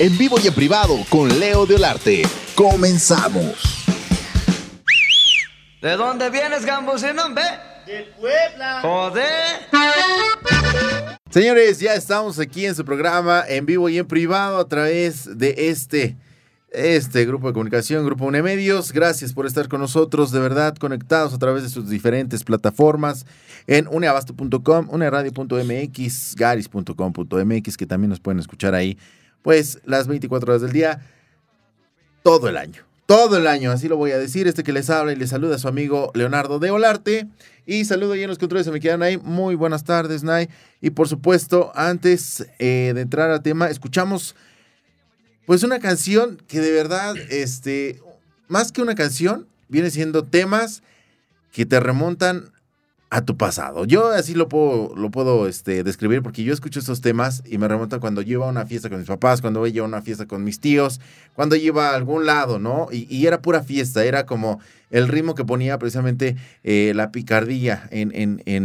En vivo y en privado con Leo de Olarte. Comenzamos. ¿De dónde vienes, Gambusino? ¿Ve? De Puebla. Joder. Señores, ya estamos aquí en su programa en vivo y en privado a través de este grupo de comunicación, Grupo Unemedios. Gracias por estar con nosotros, de verdad, conectados a través de sus diferentes plataformas en uneabasto.com, uneradio.mx, garis.com.mx, que también nos pueden escuchar ahí, pues, las 24 horas del día, todo el año. Todo el año, así lo voy a decir. Que les habla y les saluda a su amigo Leonardo de Olarte. Y saludo ahí en los controles, se me quedan ahí. Muy buenas tardes, Nay. Y por supuesto, antes de entrar al tema, escuchamos pues una canción que de verdad, más que una canción, viene siendo temas que te remontan a tu pasado. Yo así lo puedo describir, porque yo escucho estos temas y me remontan cuando yo iba a una fiesta con mis papás, cuando iba a una fiesta con mis tíos, cuando yo iba a algún lado, ¿no? Y era pura fiesta, era como el ritmo que ponía precisamente la picardía en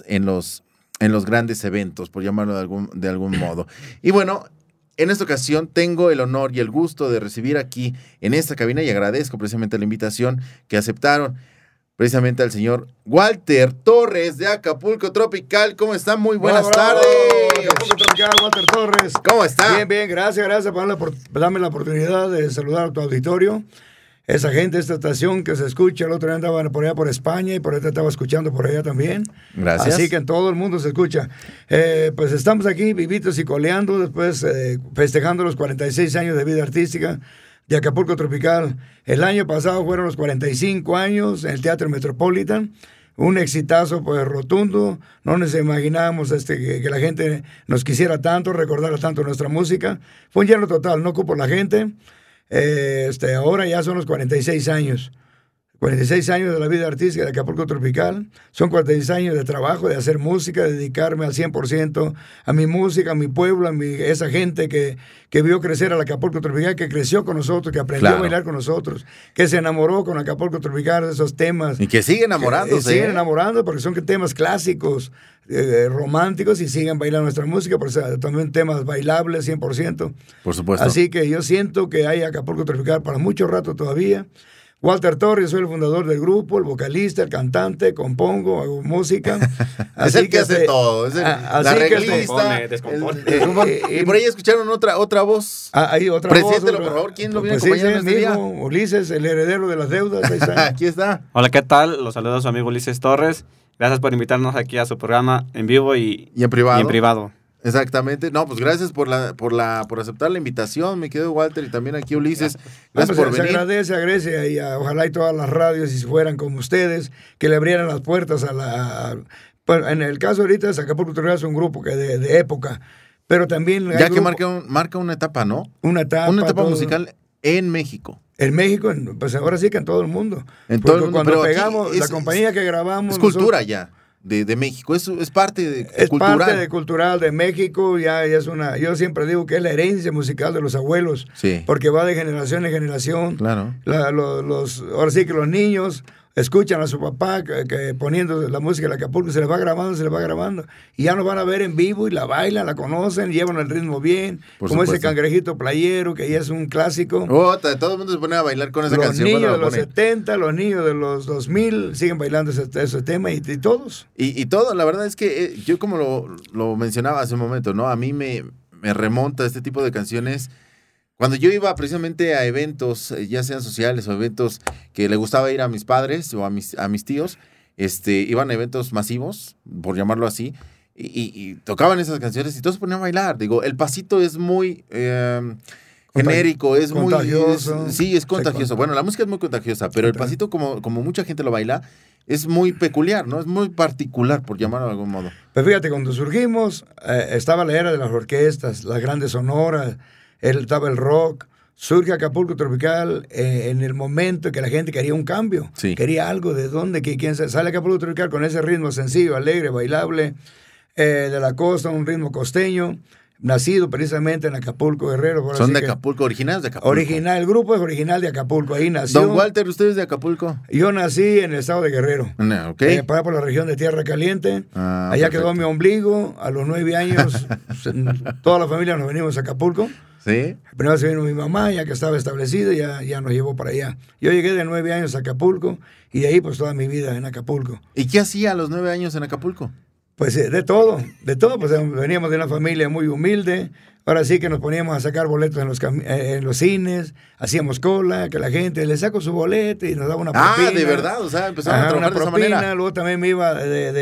los grandes eventos, por llamarlo de algún modo. Y bueno, en esta ocasión tengo el honor y el gusto de recibir aquí en esta cabina, y agradezco precisamente la invitación que aceptaron, precisamente al señor Walter Torres de Acapulco Tropical. ¿Cómo está? Muy buenas tardes. Acapulco Tropical, Walter Torres. ¿Cómo está? Bien, gracias por darme la oportunidad de saludar a tu auditorio. Esa gente, esta estación que se escucha, el otro día andaba por allá por España y por ahí te estaba escuchando por allá también. Gracias. Así que en todo el mundo se escucha. Pues estamos aquí vivitos y coleando, después festejando los 46 años de vida artística de Acapulco Tropical. El año pasado fueron los 45 años en el Teatro Metropolitan. Un exitazo pues rotundo. No nos imaginábamos que la gente nos quisiera tanto, recordara tanto nuestra música. Fue un lleno total, no cupo la gente. Ahora ya son los 46 años. 46 años de la vida artística de Acapulco Tropical. Son 46 años de trabajo, de hacer música, de dedicarme al 100% a mi música, a mi pueblo, esa gente que vio crecer al Acapulco Tropical, que creció con nosotros, que aprendió a bailar con nosotros, que se enamoró con Acapulco Tropical de esos temas. Y que sigue enamorándose. Siguen enamorando porque son temas clásicos, románticos, y siguen bailando nuestra música, por eso también temas bailables 100%. Por supuesto. Así que yo siento que hay Acapulco Tropical para mucho rato todavía. Walter Torres, soy el fundador del grupo, el vocalista, el cantante, compongo, hago música. Es el que hace todo, es la arreglista. Descompone. Y por ahí escucharon otra voz. Hay otra Preséntelo, voz. por favor, ¿quién lo viene Pues acompañando sí, este mi día? hijo, Ulises, el heredero de las deudas. Ahí está. Aquí está. Hola, ¿qué tal? Los saluda su amigo Ulises Torres. Gracias por invitarnos aquí a su programa en vivo y en privado. Y en privado. Exactamente. No, pues gracias por aceptar la invitación, mi querido Walter, y también aquí Ulises. Gracias por venir. Se agradece y ojalá y todas las radios, si fueran como ustedes, que le abrieran las puertas bueno, en el caso ahorita, Acapulco Tropical es un grupo que de época, pero también ya que marca una etapa, ¿no? Una etapa musical en México. En México, pues ahora sí que en todo el mundo. En todo el mundo. Cuando Pero pegamos, la compañía que grabamos... Es cultura ya. De México, es parte cultural. Es parte cultural de México, ya es yo siempre digo que es la herencia musical de los abuelos, sí, porque va de generación en generación. Claro. Ahora sí que los niños escuchan a su papá que poniendo la música de Acapulco, se les va grabando, y ya nos van a ver en vivo y la bailan, la conocen, llevan el ritmo bien, por como supuesto. ese cangrejito playero, que ya es un clásico. Todo el mundo se pone a bailar con esa canción. Los niños de los 70, los niños de los 2000 siguen bailando ese tema, y todos. Y todo, la verdad es que yo, como lo mencionaba hace un momento, ¿no? A mí me remonta este tipo de canciones. Cuando yo iba precisamente a eventos, ya sean sociales o eventos que le gustaba ir a mis padres o a mis tíos, iban a eventos masivos, por llamarlo así, y tocaban esas canciones y todos se ponían a bailar. Digo, el pasito es muy genérico, es contagioso. muy... Sí, es contagioso. Bueno, la música es muy contagiosa, pero el pasito, como mucha gente lo baila, es muy peculiar, ¿no? Es muy particular, por llamarlo de algún modo. Pero fíjate, cuando surgimos, estaba la era de las orquestas, las grandes sonoras, estaba el rock. Surge Acapulco Tropical en el momento que la gente quería un cambio. Sí. Quería algo de dónde, quién sale Acapulco Tropical con ese ritmo sencillo, alegre, bailable, de la costa, un ritmo costeño. nacido precisamente en Acapulco, Guerrero. Son de Acapulco, originales de Acapulco. El grupo es original de Acapulco, ahí nació. Don Walter, ¿usted es de Acapulco? Yo nací en el estado de Guerrero, okay. Por la región de Tierra Caliente. Allá perfecto. quedó mi ombligo, a los 9 años, toda la familia nos venimos a Acapulco. ¿Sí? Primero se vino mi mamá, ya que estaba establecida, ya nos llevó para allá. Yo llegué de 9 años a Acapulco y de ahí pues toda mi vida en Acapulco. ¿Y qué hacía a los 9 años en Acapulco? Pues de todo, pues veníamos de una familia muy humilde. Ahora sí que nos poníamos a sacar boletos en los cines, hacíamos cola, que la gente le sacó su boleto y nos daba una propina. Ah, ¿de verdad? O sea, empezaron a trabajar una de esa propina. manera. Luego también me iba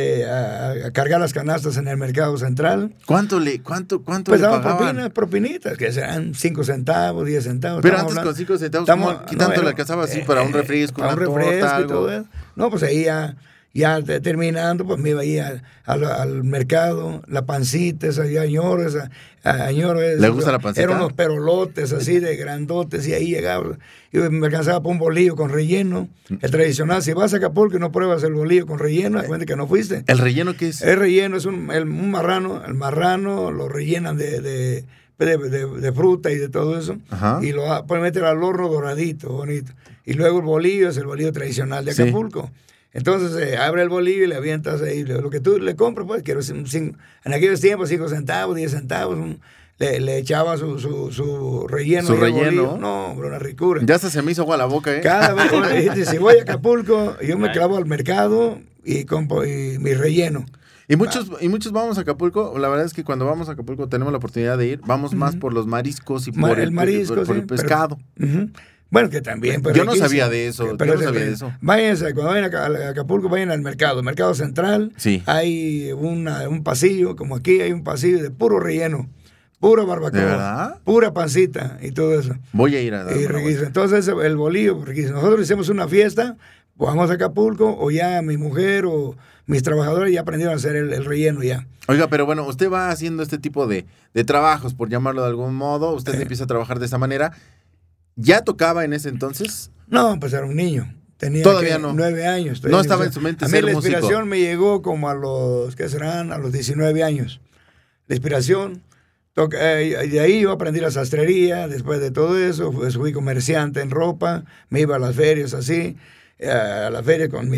a cargar las canastas en el mercado central. ¿Cuánto Pues le daban pagaban? propinitas, que serán 5 centavos, 10 centavos. Pero Estamos antes hablando- con 5 centavos, estamos- ¿qué tanto no, le alcanzaba así para un refresco, para una un refresco torta, y algo? todo eso? No, pues ahí terminando, pues me iba ahí al mercado, la pancita, esa ya añoro, ¿Le gusta la pancita? Eran unos perolotes así de grandotes y ahí llegaba, y me alcanzaba por un bolillo con relleno, el tradicional. Si vas a Acapulco y no pruebas el bolillo con relleno, cuenta que no fuiste. ¿El relleno qué es? El relleno es un marrano, el marrano lo rellenan de fruta y de todo eso. Ajá. Y lo pueden meter al horno doradito, bonito. Y luego el bolillo es el bolillo tradicional de Sí. Acapulco. Entonces abre el bolillo y le avientas ahí lo que tú le compras, pues, en aquellos tiempos 5 centavos, 10 centavos, le echaba su relleno. Su ahí al relleno. bolillo. No, hombre, una ricura. Ya hasta se me hizo agua la boca, ¿eh? Cada vez, si voy a Acapulco, yo me clavo al mercado y compro mi relleno. Y muchos vamos a Acapulco. La verdad es que cuando vamos a Acapulco tenemos la oportunidad de ir. Vamos más por los mariscos y por El marisco, por sí, el pescado. Ujú. Bueno, que también. Pero Yo no riquísimo. sabía de eso, Pero yo no sabía de eso. Váyanse, cuando vayan a Acapulco, vayan al mercado central. Sí. Hay un pasillo, como aquí hay un pasillo de puro relleno, pura barbacoa, ¿De verdad? pura pancita y todo eso. Voy a ir a dar Y una riquísimo. vuelta. Entonces, el bolillo, riquísimo. Nosotros hicimos una fiesta, pues vamos a Acapulco, o ya mi mujer o mis trabajadores ya aprendieron a hacer el relleno ya. Oiga, pero bueno, usted va haciendo este tipo de trabajos, por llamarlo de algún modo. Usted empieza a trabajar de esa manera. ¿Ya tocaba en ese entonces? No, pues era un niño. Tenía Todavía no. 9 años. No estaba en su mente A mí ser la músico. inspiración me llegó como a los 19 años. La inspiración. De ahí yo aprendí la sastrería. Después de todo eso, pues fui comerciante en ropa. Me iba a las ferias así. A la feria con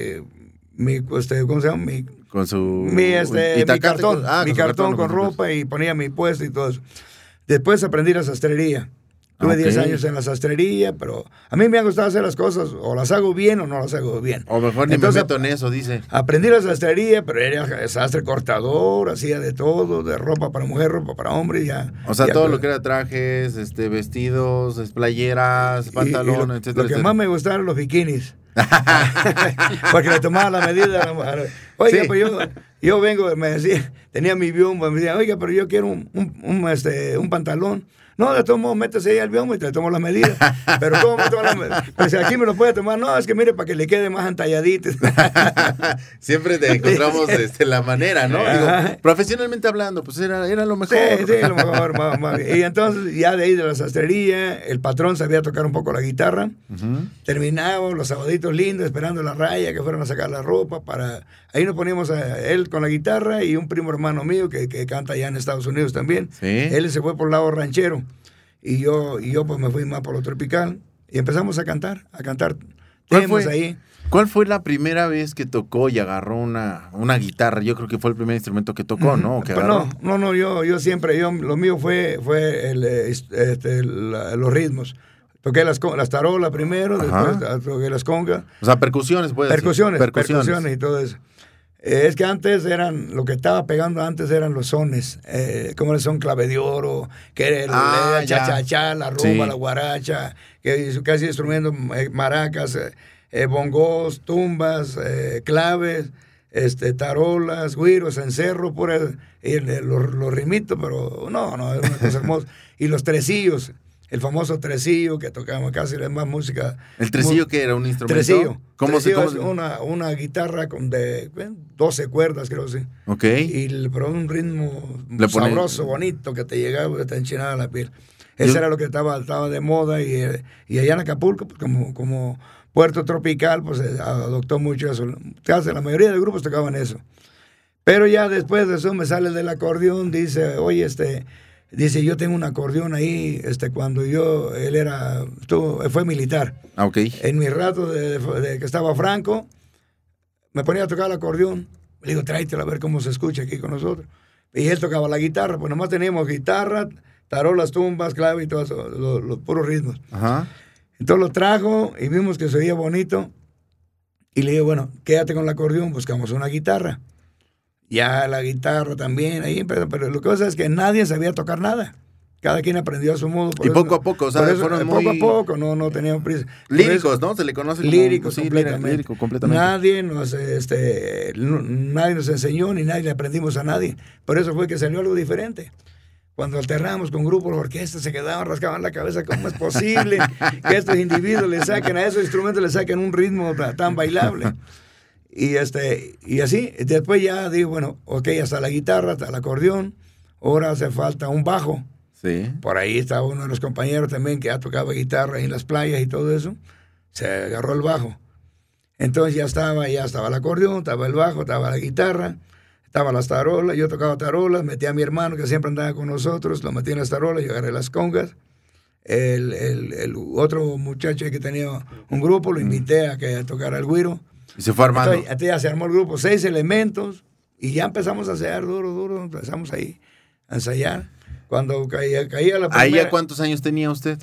¿cómo se llama? Con su... Mi itacate cartón, con su con por supuesto. ropa y ponía mi puesto y todo eso. Después aprendí la sastrería. Tuve 10 Ok. años en la sastrería, pero a mí me ha gustado hacer las cosas, o las hago bien o no las hago bien. O mejor ni Entonces, me meto en eso, dice. aprendí la sastrería, pero era sastre cortador, hacía de todo, de ropa para mujer, ropa para hombre, ya. O sea, ya, todo pero- lo que era trajes, vestidos, playeras, y pantalones, lo etcétera, que etcétera. más me gustaron los bikinis. Porque le tomaba la medida a la mujer. Oiga, Sí. pues yo vengo, me decía, tenía mi biombo, me decía, oiga, pero yo quiero un pantalón. No, de todos modos, métese ahí al biombo y te tomo las medidas. Pero ¿cómo me tomo las medidas? Pues aquí me lo puede tomar. No, es que mire, para que le quede más entalladito. Siempre te encontramos la manera, ¿no? Digo, Ajá. profesionalmente hablando, pues era lo mejor. Sí, sí, lo mejor. Más bien. Y entonces, ya de ahí de la sastrería, el patrón sabía tocar un poco la guitarra. Ujú. Terminábamos los sabaditos lindos, esperando la raya, que fueron a sacar la ropa. Ahí nos poníamos a él con la guitarra y un primo hermano mío que canta allá en Estados Unidos también. Sí. Él se fue por el lado ranchero y yo pues me fui más por lo tropical y empezamos a cantar ¿Cuál temas fue? ahí. ¿Cuál fue la primera vez que tocó y agarró una guitarra? Yo creo que fue el primer instrumento que tocó, ¿no? ¿O que Pues agarró? no, yo siempre, lo mío fue los ritmos. Toqué las tarolas primero, Ajá. después toqué las congas. O sea, percusiones, pues. Percusiones y todo eso. Es que antes lo que estaba pegando antes eran los sones, como el son clave de oro, que era el ya. cha-cha-cha, la rumba, Sí. la guaracha, que casi instrumentos, maracas, bongos, tumbas, claves, tarolas, güiros, encerro, los rimitos, pero no, es una cosa hermosa. Y los tresillos, el famoso tresillo que tocamos casi la más música. ¿El tresillo qué era? ¿Un instrumento? Tresillo. ¿Cómo Tresillo se es una guitarra de 12 cuerdas, creo, sí. Ok. Pero un ritmo Le pone- sabroso, bonito, que te llegaba, que te enchinaba la piel. Eso era lo que estaba de moda y allá en Acapulco, pues, como puerto tropical, pues adoptó mucho eso. Casi la mayoría de grupos tocaban eso. Pero ya después de eso me sale del acordeón, dice, oye, dice, yo tengo un acordeón ahí, cuando fue militar. Ah, ok. En mi rato de que estaba Franco, me ponía a tocar el acordeón. Le digo, tráetelo a ver cómo se escucha aquí con nosotros. Y él tocaba la guitarra, pues nomás teníamos guitarra, tarolas, tumbas, clave y todo eso, los puros ritmos. Ajá. Entonces lo trajo y vimos que se oía bonito. Y le digo, bueno, quédate con el acordeón, buscamos una guitarra. Ya la guitarra también, ahí, pero lo que pasa es que nadie sabía tocar nada. Cada quien aprendió a su modo. Y poco a poco, o sea, fueron poco muy... a poco, no teníamos prisa. Líricos, ¿no? Se le conoce como... Líricos, sí, completamente. lírico, completamente. Nadie nos enseñó, ni nadie le aprendimos a nadie. Por eso fue que salió algo diferente. Cuando alternamos con grupos, orquestas se quedaban, rascaban la cabeza, ¿cómo es posible que estos individuos le saquen a esos instrumentos, le saquen un ritmo tan bailable? Y así, después ya digo, bueno, ok, hasta la guitarra, hasta el acordeón, ahora hace falta un bajo. Sí. Por ahí estaba uno de los compañeros también que ya tocaba guitarra en las playas y todo eso, se agarró el bajo. Entonces ya estaba el acordeón, estaba el bajo, estaba la guitarra, estaban las tarolas, yo tocaba tarolas, metí a mi hermano que siempre andaba con nosotros, lo metí en las tarolas, yo agarré las congas. El otro muchacho que tenía un grupo, lo invité a que tocara el güiro. Y se fue armando. Entonces ya se armó el grupo, 6 elementos, y ya empezamos a ensayar duro, empezamos ahí a ensayar. Cuando caía la primera... ¿Ahí ya cuántos años tenía usted?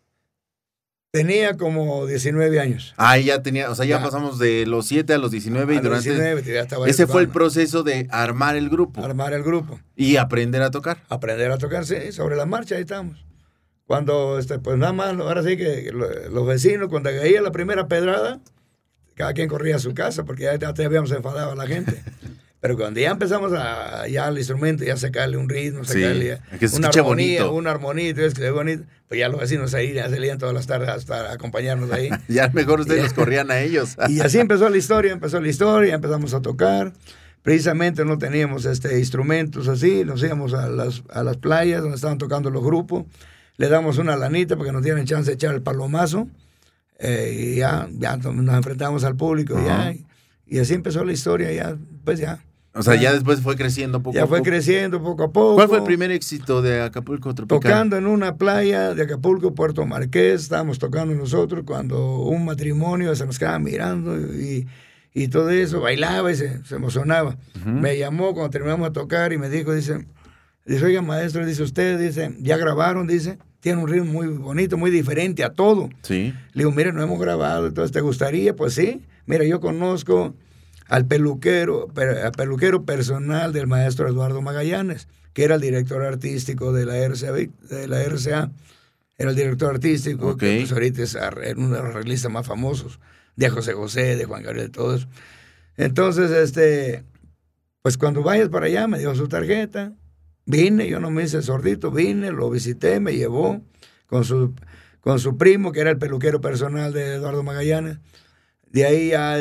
Tenía como 19 años. Ahí ya tenía, o sea, ya pasamos de los 7 a los 19 y durante... 19, ya estaba ese fue el tocando. proceso de armar el grupo. Armar el grupo. Y aprender a tocar. Aprender a tocar, sí, sobre la marcha, ahí estamos. Cuando, pues nada más, ahora sí que los vecinos, cuando caía la primera pedrada, cada quien corría a su casa, porque ya te habíamos enfadado a la gente. Pero cuando ya empezamos ya al instrumento, ya sacarle un ritmo, sacarle que se una escuche armonía, bonito. una armonía, y todo eso que se ve bonito, pues ya los vecinos ahí ya salían todas las tardes hasta acompañarnos ahí. Ya mejor ustedes los corrían a ellos. Y así empezó la historia, empezamos a tocar. Precisamente no teníamos instrumentos así, nos íbamos a las playas donde estaban tocando los grupos, le damos una lanita porque nos dieran chance de echar el palomazo, y ya nos enfrentamos al público, y así empezó la historia, pues ya. O sea, ya después fue creciendo poco a poco. Ya fue creciendo poco a poco. ¿Cuál fue el primer éxito de Acapulco Tropical? Tocando en una playa de Acapulco, Puerto Marqués, estábamos tocando nosotros cuando un matrimonio se nos quedaba mirando y todo eso, bailaba y se emocionaba. Me llamó cuando terminamos de tocar y me dice, oiga maestro, dice usted, ya grabaron, tiene un ritmo muy bonito, muy diferente a todo. Sí. Le digo, mire, no hemos grabado, entonces ¿te gustaría? Pues sí, mira, yo conozco al peluquero personal del maestro Eduardo Magallanes, que era el director artístico de la RCA. Era el director artístico, que pues ahorita es uno de los arreglistas más famosos, de José José, de Juan Gabriel, de todo eso. Entonces, pues cuando vayas para allá, me dio su tarjeta, vine, yo no me hice sordito, vine, lo visité, me llevó con su primo, que era el peluquero personal de Eduardo Magallanes. De ahí ya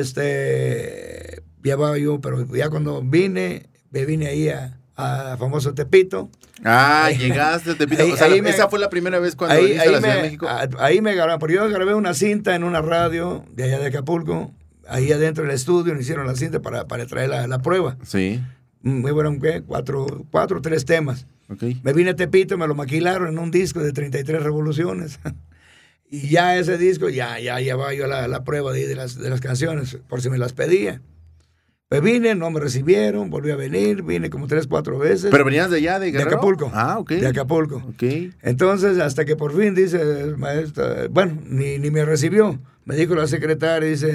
llevaba yo, pero ya cuando me vine ahí a famoso Tepito. Llegaste a Tepito. O sea, esa fue la primera vez cuando viniste a la Ciudad de México. Ahí me grabaron, porque yo grabé una cinta en una radio de allá de Acapulco, ahí adentro del estudio, me hicieron la cinta para traer la prueba. Sí. Me fueron, ¿qué? 3 temas. Okay. Me vine a Tepito, me lo maquilaron en un disco de 33 revoluciones. Y ya ese disco, ya llevaba yo la prueba de las canciones, por si me las pedía. Pues vine, no me recibieron, volví a venir, vine como 3, 4 veces. ¿Pero venías de allá, de Guerrero? De Acapulco. Ok. De Acapulco. Ok. Entonces, hasta que por fin dice el maestro, bueno, ni me recibió. Me dijo la secretaria, dijo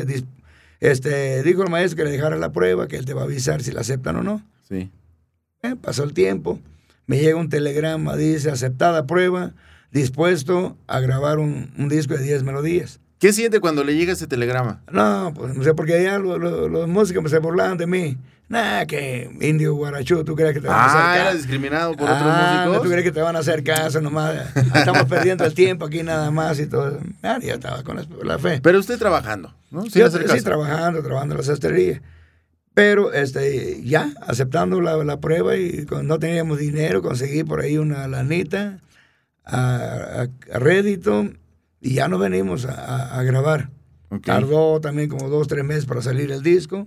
el maestro que le dejara la prueba, que él te va a avisar si la aceptan o no. Sí. Pasó el tiempo, me llega un telegrama, dice, aceptada prueba, dispuesto a grabar un disco de 10 melodías. ¿Qué siente cuando le llega ese telegrama? No, pues no sé, porque allá los músicos se burlaban de mí. Nah, que indio guarachú, ¿tú crees que te van a hacer caso? ¿Era discriminado por otros músicos? ¿Tú crees que te van a hacer caso nomás? Estamos perdiendo el tiempo aquí nada más y todo. Ya estaba con la fe. Pero usted trabajando, ¿no? Sí, trabajando en la sastrería. Pero ya aceptando la prueba y no teníamos dinero, conseguí por ahí una lanita a rédito y ya nos venimos a grabar. Okay. Tardó también como 2, 3 meses para salir el disco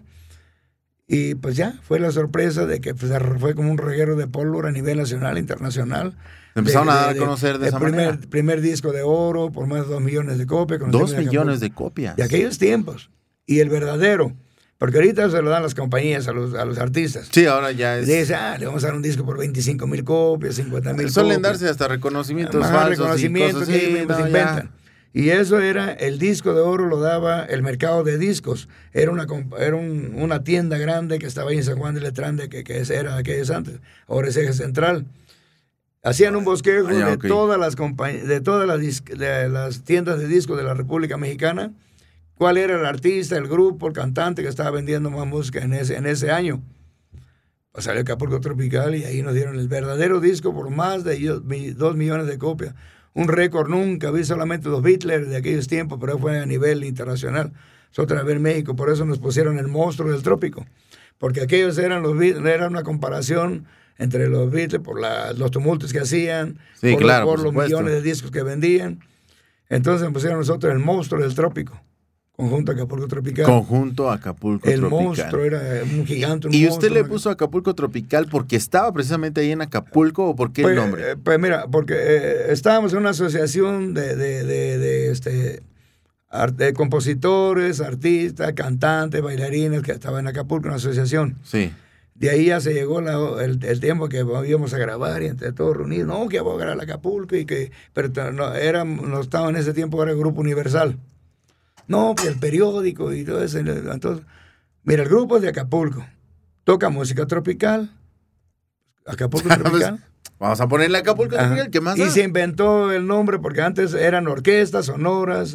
y pues ya fue la sorpresa de que pues, fue como un reguero de pólvora a nivel nacional e internacional. Empezaron a dar a conocer de esa manera. Primer disco de oro por más de 2 millones de copias. 2 millones de copias. De aquellos tiempos. Y el verdadero. Porque ahorita se lo dan las compañías a los artistas. Sí, ahora ya es... Dice, le vamos a dar un disco por 25,000 copias, 50,000 copias. Suelen darse hasta reconocimientos Más falsos reconocimientos y cosas que así, ellos mismos no, inventan. Y eso era, el disco de oro lo daba el mercado de discos. Era una tienda grande que estaba ahí en San Juan de Letrán, que era aquellos antes. Ahora es Eje Central. Hacían un bosquejo de todas las compañías, de las tiendas de discos de la República Mexicana. ¿Cuál era el artista, el grupo, el cantante que estaba vendiendo más música en ese año? Pues salió Acapulco Tropical y ahí nos dieron el verdadero disco por más de 2 millones de copias. Un récord nunca, vi solamente los Beatles de aquellos tiempos, pero fue a nivel internacional. Nosotros a ver México, por eso nos pusieron el monstruo del trópico. Porque aquellos eran era una comparación entre los Beatles por los tumultos que hacían, sí, por los millones de discos que vendían. Entonces nos pusieron nosotros el monstruo del trópico. Conjunto Acapulco Tropical. Conjunto Acapulco el Tropical. El monstruo era un gigante. ¿Y usted le puso Acapulco Tropical porque estaba precisamente ahí en Acapulco o por qué el nombre? Pues mira, porque estábamos en una asociación de compositores, artistas, cantantes, bailarines que estaban en Acapulco, una asociación. Sí. De ahí ya se llegó el tiempo que íbamos a grabar y entre todos reunidos, no, que vamos a grabar Acapulco, pero no estaba en ese tiempo, era el Grupo Universal. No, pues el periódico y todo eso. Entonces, mira, el grupo es de Acapulco. Toca música tropical. Acapulco Tropical. Vamos a ponerle Acapulco Tropical. ¿Qué más? Y se inventó el nombre porque antes eran orquestas, sonoras,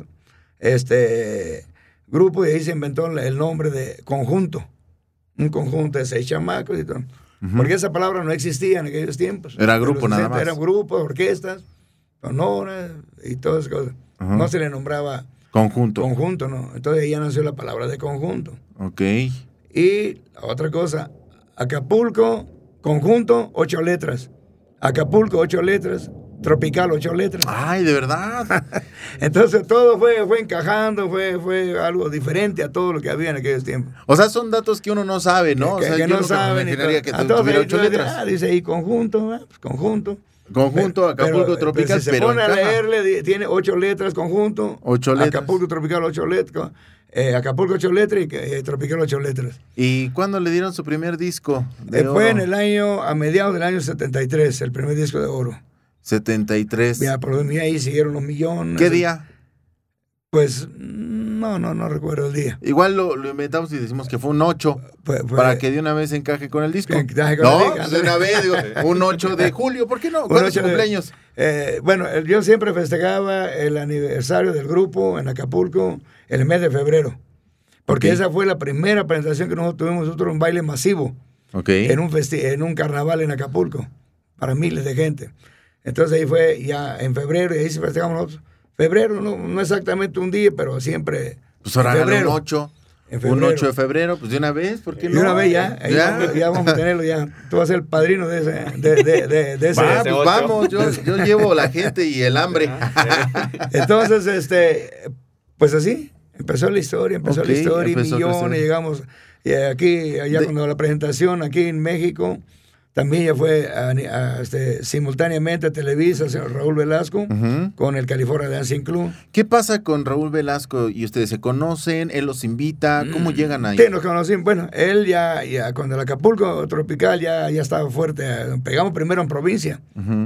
grupo, y ahí se inventó el nombre de conjunto. Un conjunto de 6 chamacos y todo. Porque esa palabra no existía en aquellos tiempos. Era grupo nada más. Eran grupos, orquestas, sonoras y todas esas cosas. No se le nombraba conjunto. Conjunto, no. Entonces ahí ya nació la palabra de conjunto. Ok. Y otra cosa, Acapulco, conjunto, 8 letras. Acapulco, 8 letras. Tropical, 8 letras. Ay, de verdad. Entonces todo fue encajando, fue algo diferente a todo lo que había en aquellos tiempos. O sea, son datos que uno no sabe, ¿no? Que no saben. Me imaginaría que tuviera 8 letras. Dice ahí conjunto, pues conjunto. Conjunto, Acapulco Tropical, pero si se pone a leerle, tiene 8 letras conjunto. 8 letras. Acapulco Tropical, 8 letras. Acapulco 8 letras y Tropical 8 letras. ¿Y cuándo le dieron su primer disco fue a mediados del año 73, el primer disco de oro. 73. Ya, por mí ahí siguieron los millones. ¿Qué día? Pues no recuerdo el día. Igual lo inventamos y decimos que fue un 8 para que de una vez encaje con el disco. De una vez, digo, un 8 de julio, ¿por qué no? ¿Cuándo es su cumpleaños? Yo siempre festejaba el aniversario del grupo en Acapulco el mes de febrero. Porque esa fue la primera presentación que tuvimos nosotros, un baile masivo. En un carnaval en Acapulco, para miles de gente. Entonces ahí fue ya en febrero y ahí sí festejamos nosotros. Febrero, no exactamente un día, pero siempre. Pues ahora un 8. Un 8 de febrero, pues de una vez, ¿por qué no? De una vez ya vamos a tenerlo ya. Tú vas a ser el padrino de ese. Vamos, yo llevo la gente y el hambre. Entonces, pues así, empezó la historia, y millones, llegamos allá cuando la presentación aquí en México. También ya fue simultáneamente a Televisa, el señor Raúl Velasco, con el California Dancing Club. ¿Qué pasa con Raúl Velasco y ustedes se conocen? ¿Él los invita? ¿Cómo llegan ahí? Sí, nos conocimos. Bueno, él ya cuando el Acapulco Tropical ya estaba fuerte. Pegamos primero en provincia.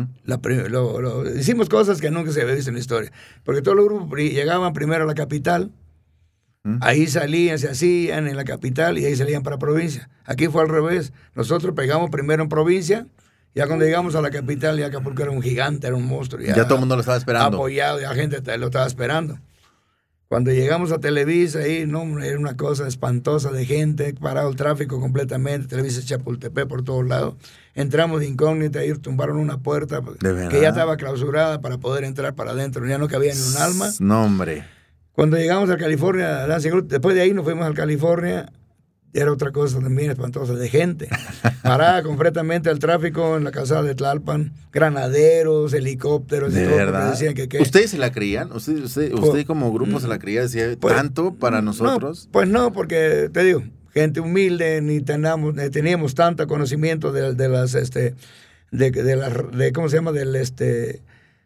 Hicimos cosas que nunca se había visto en la historia. Porque todos los grupos llegaban primero a la capital. Ahí salían, se hacían en la capital y ahí salían para provincia. Aquí fue al revés. Nosotros pegamos primero en provincia, ya cuando llegamos a la capital, ya Acapulco era un gigante, era un monstruo. Ya todo el mundo lo estaba esperando. Apoyado, ya gente lo estaba esperando. Cuando llegamos a Televisa, ahí era una cosa espantosa de gente, parado el tráfico completamente, Televisa Chapultepec por todos lados. Entramos de incógnita, ahí tumbaron una puerta que ya estaba clausurada para poder entrar para adentro, ya no cabía ni un alma. No, hombre. Cuando llegamos a California, después de ahí nos fuimos a California, era otra cosa también espantosa, de gente. Parada completamente el tráfico en la calzada de Tlalpan, granaderos, helicópteros. ¿De y todo, verdad? decían que ¿Ustedes se la creían? ¿Usted como grupo se la creía? ¿Decía tanto para nosotros? No, pues no, porque te digo, gente humilde, ni teníamos tanto conocimiento de las, ¿cómo se llama?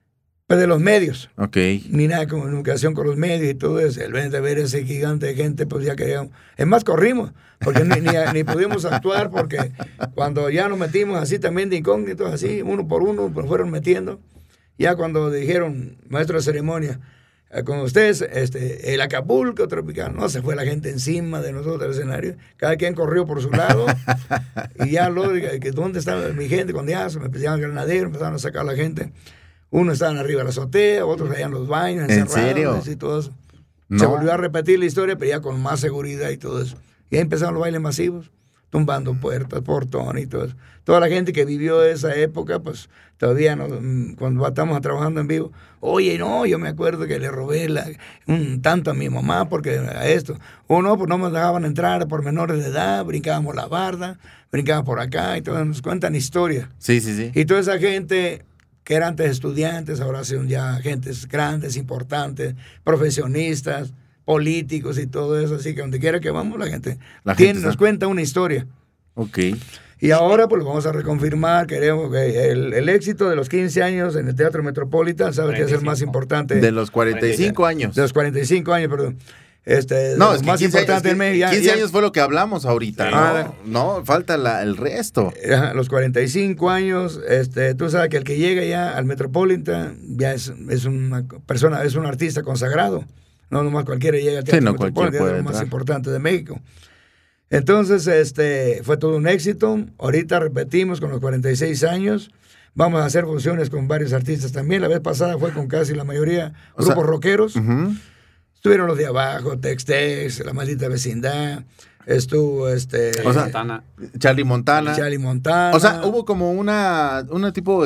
Pues de los medios. Ok. Ni nada de comunicación con los medios y todo eso. El ver ese gigante de gente, pues ya queríamos. Es más, corrimos, porque ni pudimos actuar, porque cuando ya nos metimos así también de incógnitos, así, uno por uno, pues fueron metiendo. Ya cuando dijeron, maestro de ceremonia, con ustedes, el Acapulco Tropical, no, se fue la gente encima de nosotros del escenario, cada quien corrió por su lado, y ya que ¿dónde está mi gente? Cuando ya se me empezaron granaderos, empezaron a sacar a la gente. Unos estaban arriba de la azotea, otros allá en los baños, ¿En encerrados, serio? y todo eso. No. Se volvió a repetir la historia, pero ya con más seguridad y todo eso. Y ahí empezaron los bailes masivos, tumbando puertas, portones y todo eso. Toda la gente que vivió esa época, pues todavía cuando estamos trabajando en vivo, oye, no, yo me acuerdo que le robé un tanto a mi mamá porque a esto. O no, pues no nos dejaban entrar por menores de edad, brincábamos la barda, brincábamos por acá y todo, nos cuentan historias. Sí, sí, sí. Y toda esa gente que eran antes estudiantes, ahora son ya gentes grandes, importantes, profesionistas, políticos y todo eso. Así que donde quiera que vamos, la gente nos cuenta una historia. Ok. Y ahora pues lo vamos a reconfirmar. Queremos que el éxito de los 15 años en el Teatro Metropolitan, ¿sabes que es el más importante? De los 45 años. De los 45 años, perdón. No, lo es que más 15 importante del mes. 15 años fue lo que hablamos ahorita. Ah, no, falta el resto. Los 45 años, tú sabes que el que llega ya al Metropolitan ya es una persona, es un artista consagrado. No nomás cualquiera llega al Teatro Metropolitan, es lo más importante de México. Entonces, fue todo un éxito. Ahorita repetimos con los 46 años. Vamos a hacer funciones con varios artistas también. La vez pasada fue con casi la mayoría grupos rockeros. Uh-huh. Estuvieron los de abajo, Tex-Tex, La Maldita Vecindad. Estuvo Montana. Charlie Montana. O sea, hubo como una tipo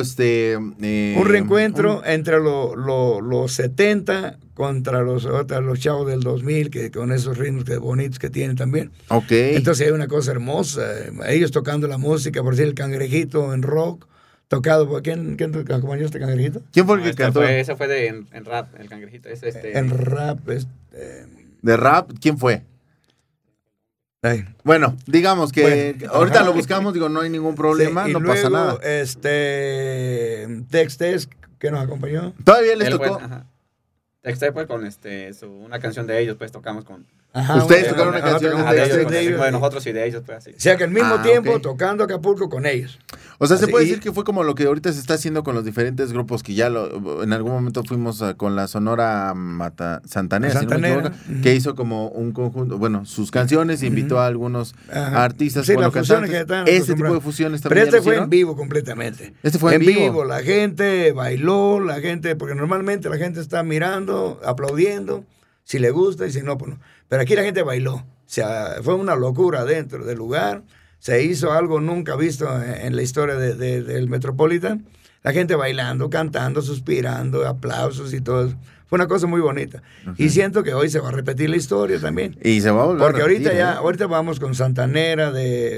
un reencuentro entre los 70 contra los chavos del 2000, que con esos ritmos bonitos que tienen también. Ok. Entonces hay una cosa hermosa. Ellos tocando la música, por decir, el Cangrejito en rock, tocado por... ¿Quién acompañó este Cangrejito? ¿Quién fue el que cantó? Ese fue en rap, el Cangrejito. En rap. ¿De rap? ¿Quién fue? Ay. Bueno, digamos que ahorita lo buscamos, digo, no hay ningún problema, sí, no luego, pasa nada. Tex-Tex, que nos acompañó. ¿Todavía les tocó? Tex-Tex fue con una canción de ellos, pues tocamos con... Ajá, ustedes tocaron una canción de ellos. Bueno, nosotros y de ellos, pues así. O sea que al mismo tiempo okay, tocando Acapulco con ellos. O sea, así, se puede decir que fue como lo que ahorita se está haciendo con los diferentes grupos que ya en algún momento fuimos con la Sonora Santanera, si no me equivoco, que hizo como un conjunto, bueno, sus canciones, invitó a algunos artistas, sí, bueno, cantantes. Este tipo de fusiones también. Pero fue en vivo completamente. Este fue en vivo. La gente bailó, porque normalmente la gente está mirando, aplaudiendo, si le gusta y si no, pues no. Pero aquí la gente bailó. O sea, fue una locura dentro del lugar. Se hizo algo nunca visto en la historia del Metropolitan. La gente bailando, cantando, suspirando, aplausos y todo eso. Fue una cosa muy bonita. Uh-huh. Y siento que hoy se va a repetir la historia también. Y se va a volver porque a repetir, ahorita vamos con Santanera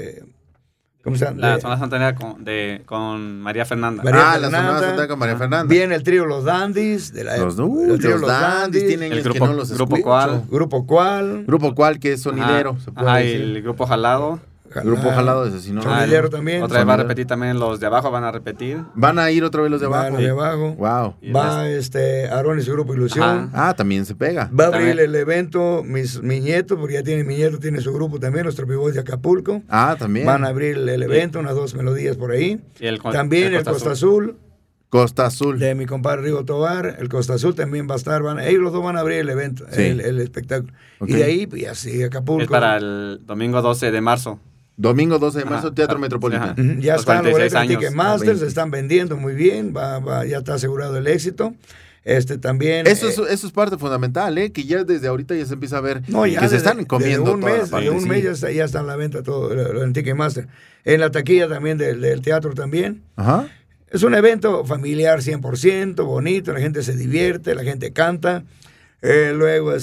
¿cómo se llama? La zona santanera con María Fernanda. La zona santanera con María Fernanda. Viene el trío Los Dandis. Los Dandis. Tienen el grupo, que no los Grupo Cual. Grupo Cual. Grupo Cual, que es sonidero. Se puede decir. El Grupo Jalado. Grupo Jalado de Asesino. Sonidero también. Otra vez va a repetir también los de abajo, van a repetir. Van a ir otra vez los de abajo. Los de abajo. Wow. Va Aarón y su Grupo Ilusión. También se pega. Va a abrir el evento mi nieto, porque mi nieto tiene su grupo también, los Tropiboys de Acapulco. También. Van a abrir el evento, unas 2 melodías por ahí. También el Costa Azul. Costa Azul. De mi compadre Rigo Tobar. El Costa Azul también va a estar. Ellos los dos van a abrir el evento, el espectáculo. Okay. Y de ahí, pues así, Acapulco. Es para el domingo 12 de marzo. Domingo 12 de marzo, Teatro Metropolitano. Ya están los boletos en Ticketmaster, se están vendiendo muy bien, ya está asegurado el éxito. También... Eso es parte fundamental, que ya desde ahorita ya se empieza a ver que se están comiendo de un mes ya está en la venta todo en Ticketmaster. En la taquilla también del teatro también. Ajá. Es un evento familiar 100%, bonito, la gente se divierte, la gente canta. Luego,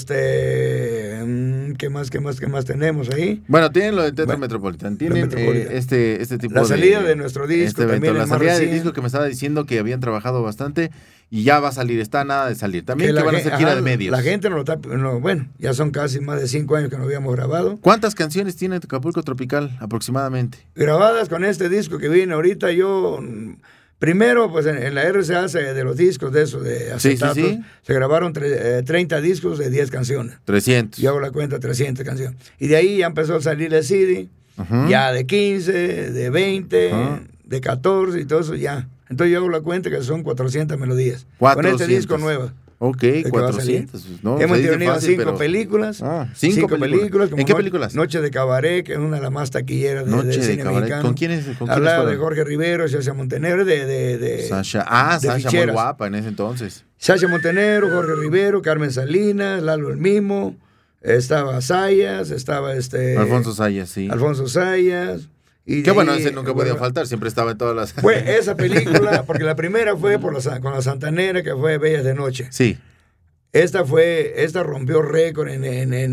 ¿qué más tenemos ahí? Bueno, tienen lo de Teatro Metropolitan, tienen este tipo la salida de nuestro disco también. La salida del disco que me estaba diciendo que habían trabajado bastante y ya va a salir, está nada de salir. También que van a hacer gira de medios. La gente ya son casi más de 5 años que no habíamos grabado. ¿Cuántas canciones tiene Acapulco Tropical aproximadamente? Grabadas con este disco que viene ahorita, yo Primero, pues en la RCA de los discos de esos, de acetatos, sí. se grabaron 30 discos de 10 canciones. 300. Yo hago la cuenta, 300 canciones. Y de ahí ya empezó a salir el CD, ya de 15, de 20, de 14 y todo eso ya. Entonces yo hago la cuenta que son 400 melodías. 400. Con este disco nuevo. Ok, 400. No, hemos se dice tenido fácil, 5 pero- películas. cinco películas. Como ¿En qué películas? Noche de Cabaret, que es una de las más taquilleras Noche del de cine Cabaret. mexicano. ¿Con quiénes Hablaba de fueron? Jorge Rivero, Sasha Montenegro, de Sasha. de Sasha, muy ficheras. guapa en ese entonces. Sasha Montenegro, Jorge Rivero, Carmen Salinas, Lalo el Mismo, estaba Sayas, estaba Alfonso Sayas, sí. Alfonso Sayas. Y Qué de bueno, ahí, ese nunca podía faltar, siempre estaba en todas las... Fue esa película, porque la primera fue con la Santanera, que fue Bellas de Noche. Sí. Esta rompió récord en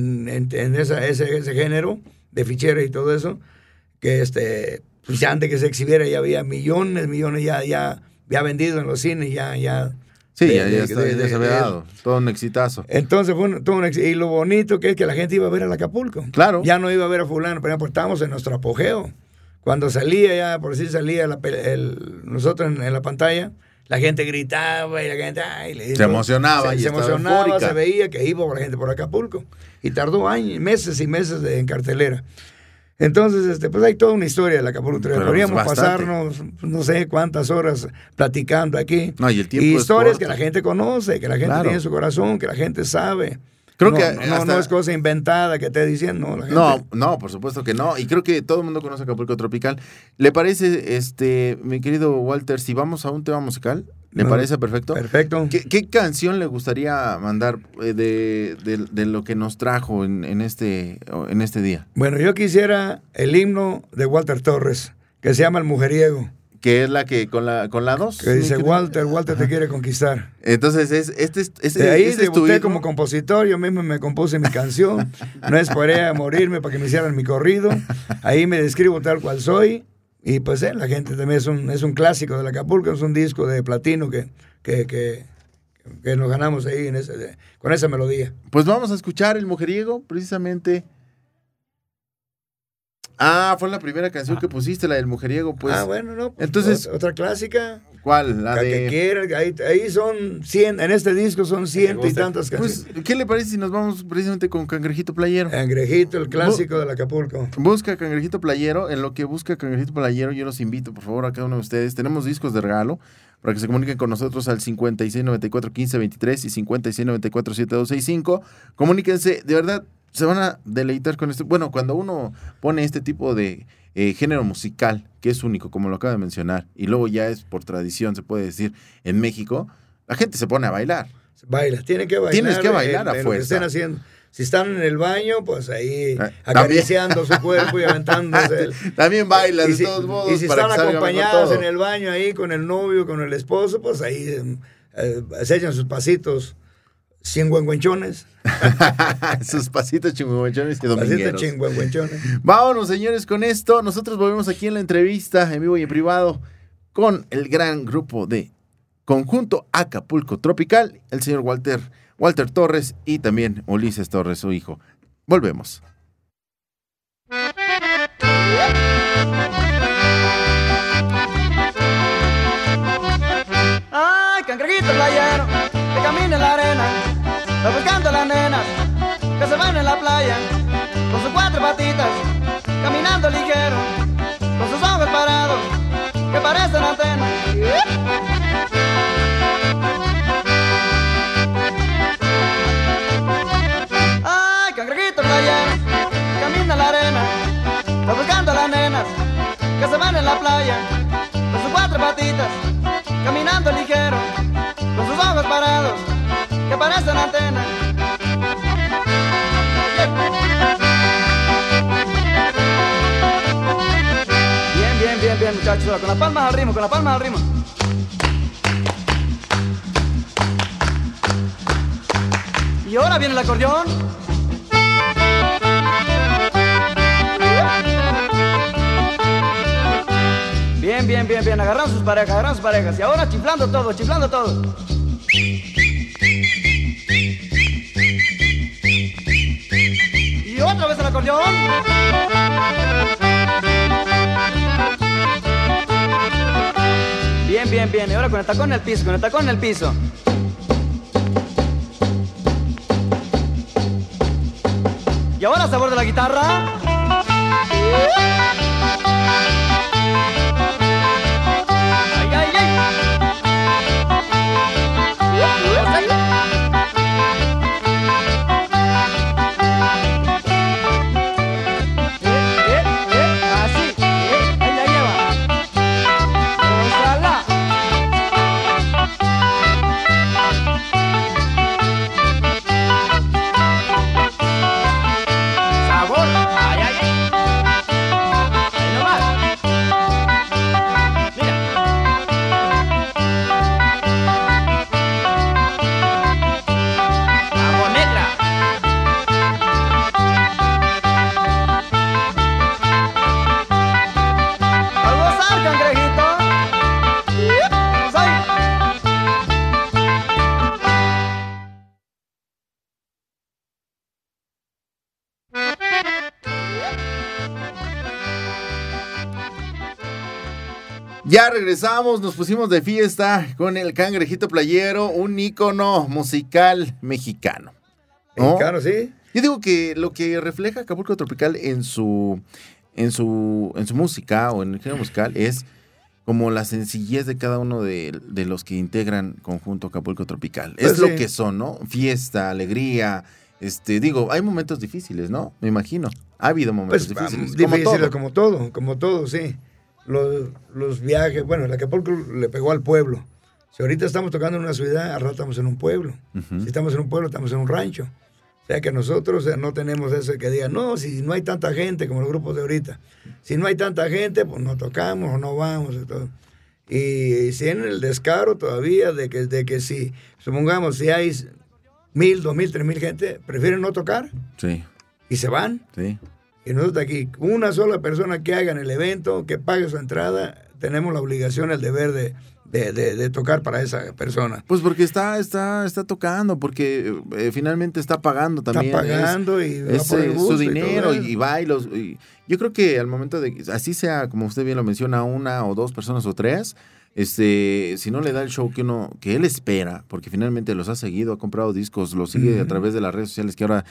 ese género de ficheras y todo eso, que pues ya antes que se exhibiera ya había millones ya vendido en los cines, ya. Sí, ya se había dado. Todo un exitazo. Entonces fue todo un éxito. Y lo bonito que es que la gente iba a ver al Acapulco. Claro. Ya no iba a ver a fulano, pero estábamos en nuestro apogeo. Cuando salía ya, por si salía nosotros en la pantalla, la gente gritaba y la gente se emocionaba. Se estaba emocionaba, eufórica. se veía que iba la gente por Acapulco. Y tardó años, meses y meses en cartelera. Entonces, pues hay toda una historia del Acapulco. Pero Podríamos bastante. pasarnos no sé cuántas horas platicando aquí. No, y el tiempo y es historias corto. que la gente conoce, que la gente Claro. tiene en su corazón, que la gente sabe. Creo no, que no, hasta- no es cosa inventada que esté diciendo. No, la gente, No, por supuesto que no. Y creo que todo el mundo conoce Acapulco Tropical. ¿Le parece, mi querido Walter, si vamos a un tema musical? ¿Le No, parece perfecto? Perfecto. ¿Qué canción le gustaría mandar de lo que nos trajo en este día? Bueno, yo quisiera el himno de Walter Torres, que se llama El Mujeriego, Que es la que con la 2. que dice Walter te quiere conquistar. Entonces, De ahí este es tu debuté himno. como compositor, yo mismo me compuse mi canción, no esperé a morirme para que me hicieran mi corrido, ahí me describo tal cual soy, y pues la gente también es un clásico del Acapulco, es un disco de platino que nos ganamos ahí con esa melodía. Pues vamos a escuchar El Mujeriego, precisamente. Fue la primera canción que pusiste, la del Mujeriego, pues. Bueno, no, pues, entonces- otra clásica. ¿Cuál? La La que de... quiera, ahí son 100, en este disco son ciento y tantas canciones. Pues, ¿qué le parece si nos vamos precisamente con Cangrejito Playero? Cangrejito, el clásico del Acapulco. Busca Cangrejito Playero. En lo que busca Cangrejito Playero, yo los invito, por favor, a cada uno de ustedes. Tenemos discos de regalo para que se comuniquen con nosotros al 5694-1523 y 5694-7265. Comuníquense, de verdad, se van a deleitar con esto. Bueno, cuando uno pone este tipo de género musical, que es único, como lo acaba de mencionar, y luego ya es por tradición, se puede decir, en México, la gente se pone a bailar. Baila, tienen que bailar. Tienes que bailar a en lo que fuerza. estén haciendo. Si están en el baño, pues ahí También. acariciando su cuerpo y aventándose. También bailas, Y de si, todos modos. y si para están que salga mejor acompañadas todo. en el baño ahí con el novio, con el esposo, pues ahí se echan sus pasitos chingüengüenchones. Sus pasitos chingüengüenchones y Pasitos domingueros. chingüengüenchones. Vámonos, señores, con esto. Nosotros volvemos aquí en la entrevista, en vivo y en privado, con el gran grupo de Conjunto Acapulco Tropical, el señor Walter Torres y también Ulises Torres, su hijo. Volvemos. Ay, cangrejito playero, que camina en la arena, va buscando a las nenas, que se van en la playa, con sus 4 patitas, caminando ligero, con sus ojos parados, que parecen antenas. Ay, cangrejito playero, que camina en la arena, va buscando a las nenas, que se van en la playa, con sus 4 patitas, caminando ligero, con sus ojos parados, que parecen antenas. Bien, muchachos, con las palmas al ritmo, con las palmas al ritmo. Y ahora viene el acordeón. Bien, agarran sus parejas. Y ahora chiflando todo. Y otra vez el acordeón. Bien, bien. Y ahora con el tacón en el piso, con el tacón en el piso. Y ahora sabor de la guitarra. Ay, ay, ay. Así, ahí la lleva. Ojalá. Sabor, ay, ay, ay. Ahí nomás. Mira. Vamos, negra. A gozar, cangrejito. Soy. Ya regresamos, nos pusimos de fiesta con el Cangrejito Playero, un ícono musical mexicano, ¿no? Mexicano, sí. Yo digo que lo que refleja Acapulco Tropical en su música o en el género musical es como la sencillez de cada uno de los que integran conjunto Acapulco Tropical. Pues es lo sí. que son, ¿no? Fiesta, alegría. Digo, hay momentos difíciles, ¿no? Me imagino. Ha habido momentos Pues difíciles. difíciles, Como todo. como todo, sí. Los viajes, bueno, el Acapulco le pegó al pueblo. Si ahorita estamos tocando en una ciudad, al rato estamos en un pueblo. Ujú. Si estamos en un pueblo, estamos en un rancho. O sea que nosotros no tenemos eso de que digan, no, si no hay tanta gente como los grupos de ahorita. Si no hay tanta gente, pues no tocamos o no vamos y todo. Y si en el descaro todavía de que si, supongamos, si hay 1,000, 2,000, 3,000 gente, prefieren no tocar Sí, y se van. sí. Y nosotros aquí, una sola persona que haga en el evento, que pague su entrada, tenemos la obligación, el deber de tocar para esa persona. Pues porque está tocando, porque finalmente está pagando también. Está pagando y va es por el gusto su y dinero todo y eso. va y yo creo que al momento de así sea, como usted bien lo menciona, una o dos personas o tres, si no le da el show que él espera, porque finalmente los ha seguido, ha comprado discos, los sigue a través de las redes sociales, que ahora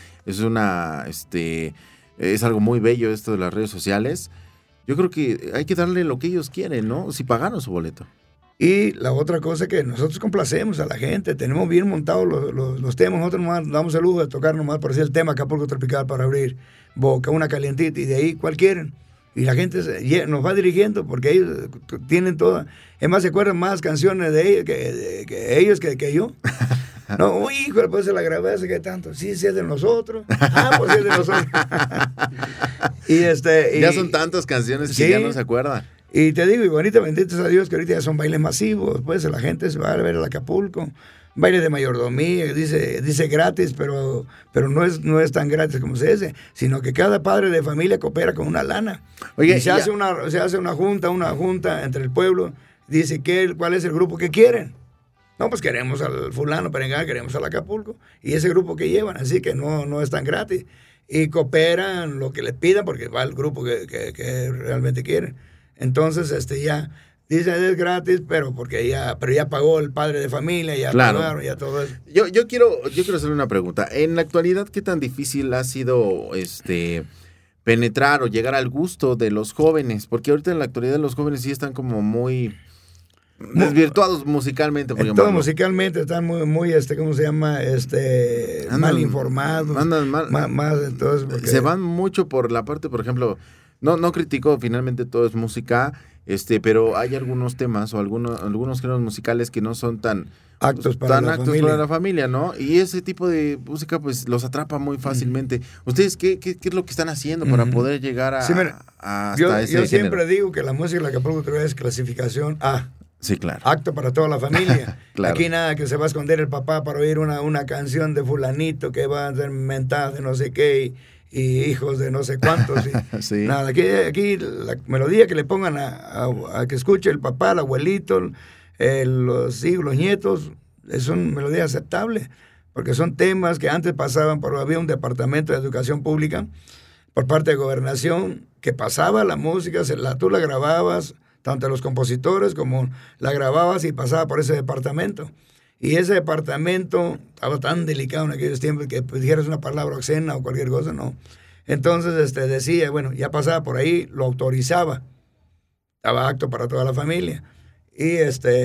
es algo muy bello esto de las redes sociales. Yo creo que hay que darle lo que ellos quieren, ¿no? Si pagaron su boleto. Y la otra cosa que nosotros complacemos a la gente, tenemos bien montados los temas, nosotros nomás damos el lujo de tocar nomás por decir el tema Acapulco Tropical para abrir boca, una calientita y de ahí cual quieren. Y la gente nos va dirigiendo porque ellos tienen todas. Es más, se acuerdan más canciones de ellos que ellos que yo. No, uy, hijo, pues se la grabé hace que tanto. Sí, sí es de nosotros. Ah, pues sí es de nosotros. y Ya son tantas canciones que sí. ya no se acuerdan. Y te digo, y bonita, benditos a Dios, que ahorita ya son bailes masivos, pues la gente se va a ver al Acapulco. Baile de mayordomía, dice gratis, pero no es tan gratis como se dice, sino que cada padre de familia coopera con una lana. Oye, y se hace una junta entre el pueblo, dice cuál es el grupo que quieren. No, pues queremos al fulano Perengán, queremos al Acapulco, y ese grupo que llevan, así que no es tan gratis. Y cooperan lo que les pidan, porque va el grupo que realmente quieren. Entonces, ya dicen es gratis, pero ya pagó el padre de familia, ya Claro. pagaron, ya todo eso. Yo quiero hacerle una pregunta. En la actualidad, ¿qué tan difícil ha sido penetrar o llegar al gusto de los jóvenes? Porque ahorita en la actualidad los jóvenes sí están como muy desvirtuados musicalmente, por ejemplo. Todo musicalmente están muy ¿cómo se llama? Mal informados. Andan mal. Más entonces, porque Se van mucho por la parte, por ejemplo, no critico, finalmente todo es música, pero hay algunos temas o algunos géneros musicales que no son tan Actos para la familia, ¿no? Y ese tipo de música pues los atrapa muy fácilmente. ¿Ustedes qué es lo que están haciendo para poder llegar a, Sí, mira, hasta ese yo siempre género? digo que la música de la Acapulco Tropical es clasificación A. Sí, claro. Acto para toda la familia. Claro. Aquí nada que se va a esconder el papá para oír una canción de fulanito que va a ser mentada de no sé qué y hijos de no sé cuántos. Sí. Nada, aquí la melodía que le pongan a que escuche el papá, el abuelito, los hijos, los nietos, es una melodía aceptable, porque son temas que antes pasaban, había un departamento de educación pública por parte de gobernación que pasaba la música, tú la grababas, tanto los compositores como la grababas y pasaba por ese departamento. Y ese departamento estaba tan delicado en aquellos tiempos que pues, dijeras una palabra obscena o cualquier cosa, no. Entonces decía, bueno, ya pasaba por ahí, lo autorizaba. Estaba apto para toda la familia. Y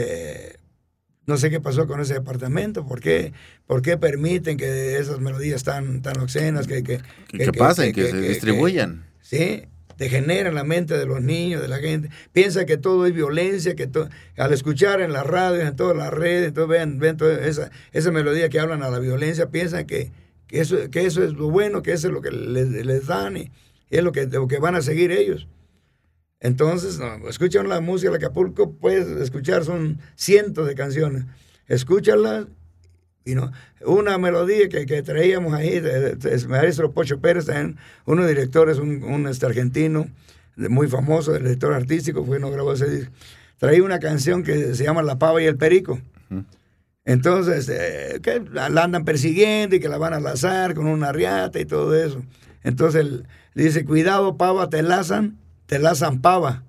no sé qué pasó con ese departamento, ¿por qué permiten que esas melodías tan obscenas que pasen, que se distribuyan? Sí, degeneran la mente de los niños, de la gente. Piensa que todo es violencia, al escuchar en la radio, en todas las redes, entonces ven toda esa melodía que hablan a la violencia, piensan que eso es lo bueno, que eso es lo que les dan y es lo que van a seguir ellos. Entonces, no, escuchan la música de Acapulco, puedes escuchar, son cientos de canciones. Escúchalas, y no, una melodía que traíamos ahí, el maestro Pocho Pérez, también, uno de los directores, un argentino, muy famoso, el director artístico, no grabó ese disco. Traía una canción que se llama La Pava y el Perico. Uh-huh. Entonces, que la andan persiguiendo y que la van a lazar con una riata y todo eso. Entonces, le dice, cuidado, pava, te lazan pava.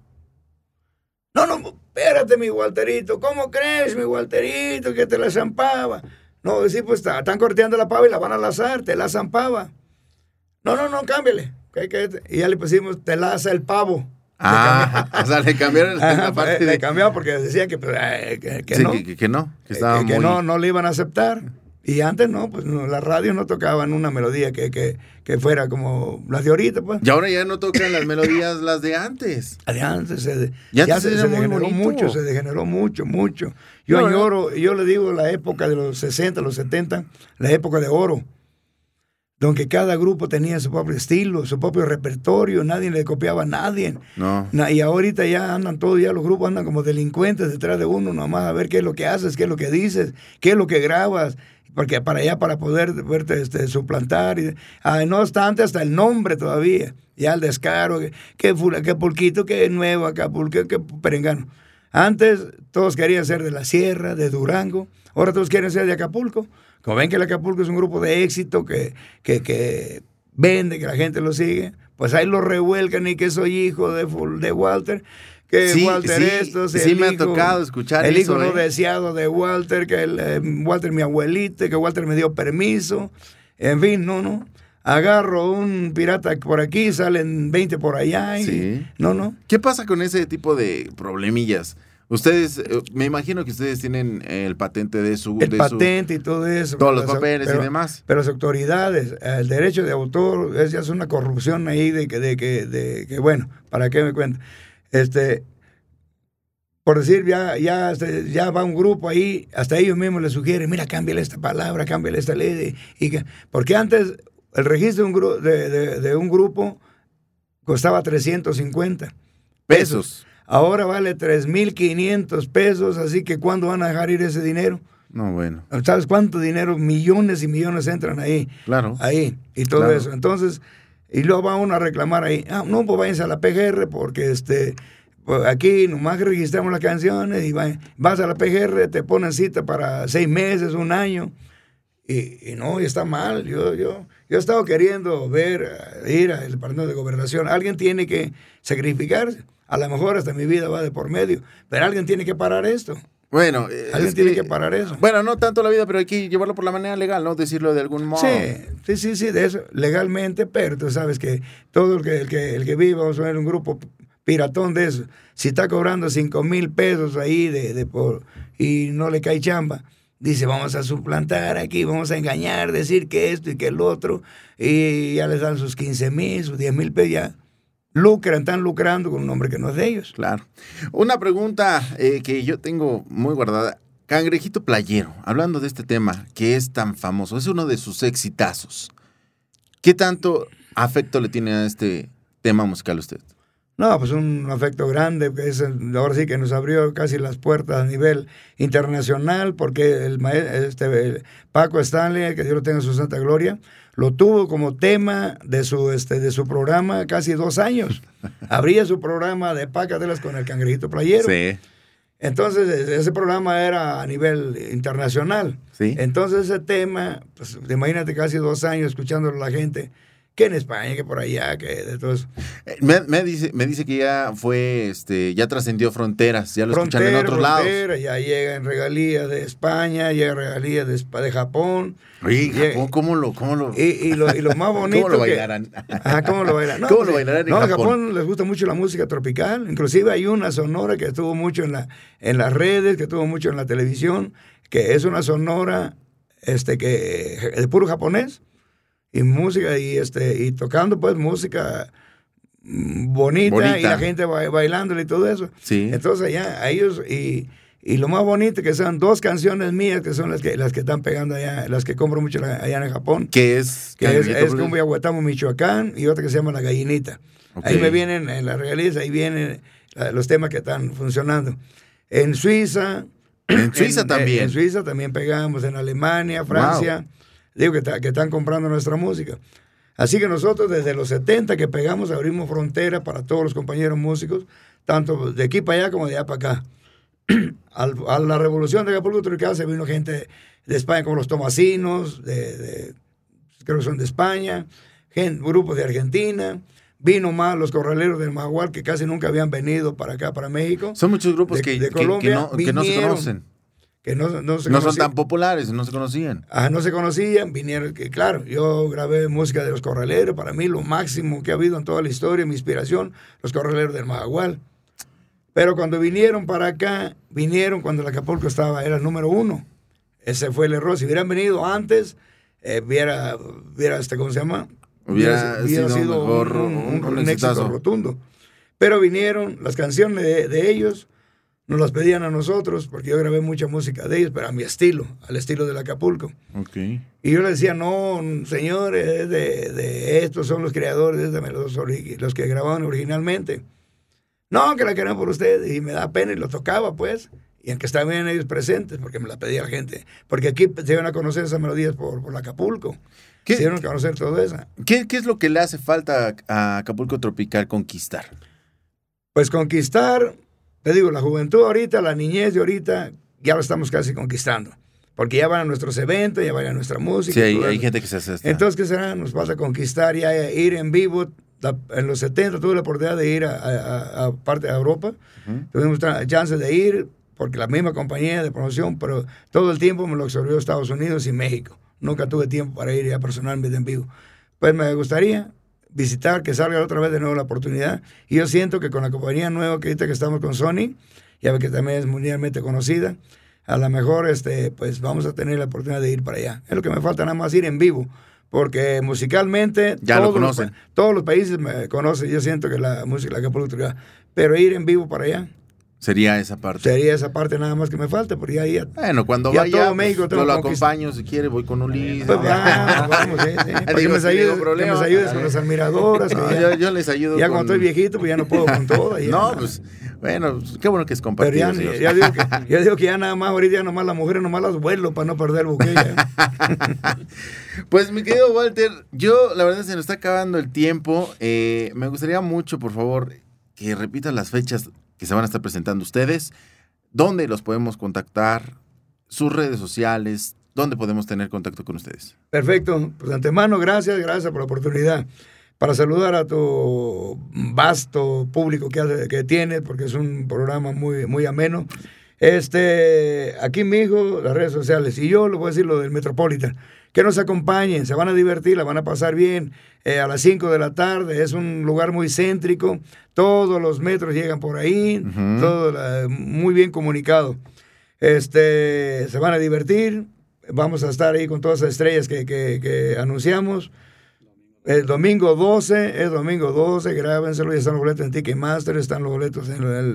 No, espérate, mi Walterito, ¿cómo crees, mi Walterito, que te lazan pava? No, sí, pues están corteando la pava y la van a lazar, te lazan pava. No, cámbiale. Y ya le pusimos, te laza el pavo. O sea, le cambiaron la parte le cambiaron porque decían que sí, no. Que estaba muy... no le iban a aceptar. Y antes no, pues no, la radio no tocaban una melodía que fuera como las de ahorita, pues. Y ahora ya no tocan las melodías las de antes. De antes se degeneró mucho, se degeneró mucho. Yo añoro, yo le digo la época de los 60, los 70, la época de oro, donde cada grupo tenía su propio estilo, su propio repertorio, nadie le copiaba a nadie. No. Y ahorita ya andan todos, ya los grupos andan como delincuentes detrás de uno, nomás a ver qué es lo que haces, qué es lo que dices, qué es lo que grabas, porque para poder verte suplantar. No obstante, hasta el nombre todavía, ya el descaro, que pulquito, que nuevo Acapulco, que perengano. Antes todos querían ser de la Sierra, de Durango, ahora todos quieren ser de Acapulco. Como ven que el Acapulco es un grupo de éxito que vende, que la gente lo sigue, pues ahí lo revuelcan y que soy hijo de Walter, que sí, Walter sí me ha tocado escuchar el eso, hijo no deseado de Walter, que Walter mi abuelita, que Walter me dio permiso, en fin, no. Agarro un pirata por aquí, salen 20 por allá y sí. No. ¿Qué pasa con ese tipo de problemillas? Ustedes, me imagino que ustedes tienen el patente de su... patente y todo eso. Todos los papeles y demás. Pero las autoridades, el derecho de autor, ya es una corrupción ahí de que bueno, ¿para qué me cuento? Por decir, ya va un grupo ahí, hasta ellos mismos les sugieren, mira, cámbiale esta palabra, cámbiale esta ley. Porque antes el registro de un grupo costaba 350 pesos. Ahora vale 3,500 pesos, así que ¿cuándo van a dejar ir ese dinero? No, bueno. ¿Sabes cuánto dinero? Millones y millones entran ahí. Claro. Ahí, y todo eso. Entonces, y luego va uno a reclamar ahí. No, pues váyanse a la PGR porque pues aquí nomás registramos las canciones y vas a la PGR, te ponen cita para 6 meses, 1 año. Y no, y está mal. Yo he estado queriendo ir al Departamento de Gobernación. Alguien tiene que sacrificarse. A lo mejor hasta mi vida va de por medio, pero alguien tiene que parar esto. Bueno, alguien tiene que parar eso. Bueno, no tanto la vida, pero hay que llevarlo por la manera legal, ¿no? Decirlo de algún modo. Sí, de eso, legalmente, pero tú sabes que todo el que vive, vamos a ver un grupo piratón de eso, si está cobrando 5,000 pesos ahí y no le cae chamba, dice, vamos a suplantar aquí, vamos a engañar, decir que esto y que el otro, y ya les dan sus 15,000, sus 10,000 pesos, ya están lucrando con un nombre que no es de ellos. Claro. Una pregunta que yo tengo muy guardada. Cangrejito Playero, hablando de este tema que es tan famoso, es uno de sus exitazos. ¿Qué tanto afecto le tiene a este tema musical usted? No, pues un afecto grande, que ahora sí que nos abrió casi las puertas a nivel internacional, porque el Paco Stanley, que Dios lo tenga en su santa gloria, lo tuvo como tema de su programa casi 2 años. Abría su programa de Pácatelas con el Cangrejito Playero. Sí. Entonces, ese programa era a nivel internacional. Sí. Entonces, ese tema, pues imagínate casi 2 años escuchándolo a la gente, que en España, que por allá, que de todo eso. Me dice que ya fue, ya trascendió fronteras, ya lo escuchan en otros lados. Ya llega en regalías de España, llega en regalías de Japón. Oye, Japón, ¿cómo lo? Y lo más bonito ¿Cómo lo bailarán? ¿Cómo lo bailarán? No, ¿Cómo lo bailarán en en Japón? Japón les gusta mucho la música tropical. Inclusive hay una sonora que estuvo mucho en las redes, que estuvo mucho en la televisión, que es una sonora que de puro japonés. Y música, y tocando pues música bonita. Y la gente bailándole y todo eso. Sí. Entonces allá, a ellos, y lo más bonito que son 2 canciones mías que son las que están pegando allá, las que compro mucho allá en Japón. ¿Qué es? Es Cumbia Huetamo, Michoacán, y otra que se llama La Gallinita. Okay. Ahí me vienen en las regalías, ahí vienen los temas que están funcionando. En Suiza. En Suiza también. En Suiza también pegamos, en Alemania, Francia. Wow. Digo que están comprando nuestra música. Así que nosotros desde los 70 que pegamos abrimos frontera para todos los compañeros músicos, tanto de aquí para allá como de allá para acá. A la revolución de Acapulco Tropical se vino gente de España como los Tomasinos, creo que son de España, grupos de Argentina. Vino más los corraleros del Majagual que casi nunca habían venido para acá, para México. Son muchos grupos de Colombia, que no se conocen. Que no son tan populares, no se conocían. No se conocían, vinieron, que claro, yo grabé música de los corraleros, para mí lo máximo que ha habido en toda la historia, mi inspiración, los corraleros del Majagual. Pero cuando vinieron para acá, vinieron cuando el Acapulco era el número 1. Ese fue el error. Si hubieran venido antes, hubiera ¿cómo se llama? Hubiera sido mejor, un éxito rotundo. Pero vinieron, las canciones de ellos nos las pedían a nosotros, porque yo grabé mucha música de ellos, pero a mi estilo, al estilo del Acapulco. Okay. Y yo les decía, no, señores, de estos son los creadores, los que grababan originalmente. No, que la querían por ustedes, y me da pena, y lo tocaba, pues, y aunque estaban ellos presentes, porque me la pedía la gente, porque aquí se iban a conocer esas melodías por el Acapulco. Se iban a conocer todo eso. ¿Qué es lo que le hace falta a Acapulco Tropical conquistar? Pues conquistar, te digo, la juventud ahorita, la niñez de ahorita, ya lo estamos casi conquistando. Porque ya van a nuestros eventos, ya van a nuestra música. Sí, hay gente que se hace esto. Entonces, ¿qué será? Nos vas a conquistar, ya ir en vivo. En los 70 tuve la oportunidad de ir a parte de Europa. Tuvimos chance de ir, porque la misma compañía de promoción, pero todo el tiempo me lo absorbió Estados Unidos y México. Nunca tuve tiempo para ir ya personalmente en vivo. Pues me gustaría visitar, que salga otra vez de nuevo la oportunidad. Y yo siento que con la compañía nueva que ahorita que estamos con Sony, ya ve que también es mundialmente conocida, a lo mejor pues vamos a tener la oportunidad de ir para allá. Es lo que me falta, nada más ir en vivo, porque musicalmente ya lo conocen. Todos los países me conocen. Yo siento que la música la Acapulco, pero ir en vivo para allá. Sería esa parte. Sería esa parte nada más que me falta, porque ya bueno, cuando ya vaya, todo México yo lo acompaño si quiere, voy con Ulises. Pues vamos, sí. Que me ayudes con las admiradoras. Yo les ayudo. Ya cuando estoy viejito, pues ya no puedo con todo. No, pues, bueno, qué bueno que es compartido. Pero ya digo que ya nada más, ahorita ya nomás las mujeres nomás las vuelo para no perder el buque. Pues, mi querido Walter, yo, la verdad, se nos está acabando el tiempo. Me gustaría mucho, por favor, que repitan las fechas que se van a estar presentando ustedes, dónde los podemos contactar, sus redes sociales, dónde podemos tener contacto con ustedes. Perfecto, pues de antemano, gracias por la oportunidad, para saludar a tu vasto público que tienes, porque es un programa muy, muy ameno. Aquí mi hijo, las redes sociales, y yo le voy a decir lo del Metropolitan, que nos acompañen, se van a divertir, la van a pasar bien, a las 5 de la tarde, es un lugar muy céntrico, todos los metros llegan por ahí, todo muy bien comunicado. Se van a divertir, vamos a estar ahí con todas las estrellas que anunciamos. El domingo 12, grábenselo, ya están los boletos en Ticketmaster, están los boletos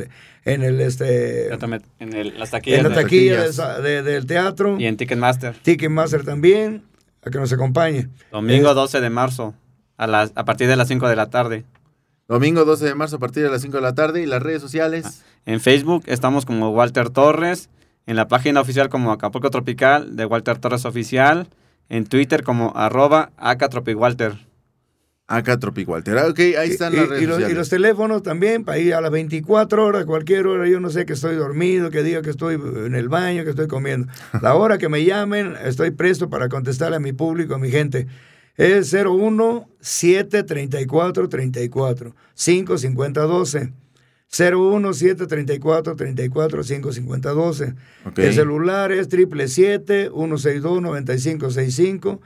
las taquillas del teatro. Y en Ticketmaster. Ticketmaster también, a que nos acompañe. Domingo 12 de marzo, a partir de las 5 de la tarde. Domingo 12 de marzo a partir de las 5 de la tarde. ¿Y las redes sociales? En Facebook estamos como Walter Torres, en la página oficial como Acapulco Tropical de Walter Torres Oficial, en Twitter como @AcaTropiWalter. AcaTropiWalter. Ok, ahí están las redes sociales. Y los teléfonos también, para ir a las 24 horas, cualquier hora, yo no sé, que estoy dormido, que diga que estoy en el baño, que estoy comiendo. La hora que me llamen, estoy presto para contestarle a mi público, a mi gente. Es 01-734-34, 550-12. 01-734-34-550-12. Ok. El celular es 777-162-9565,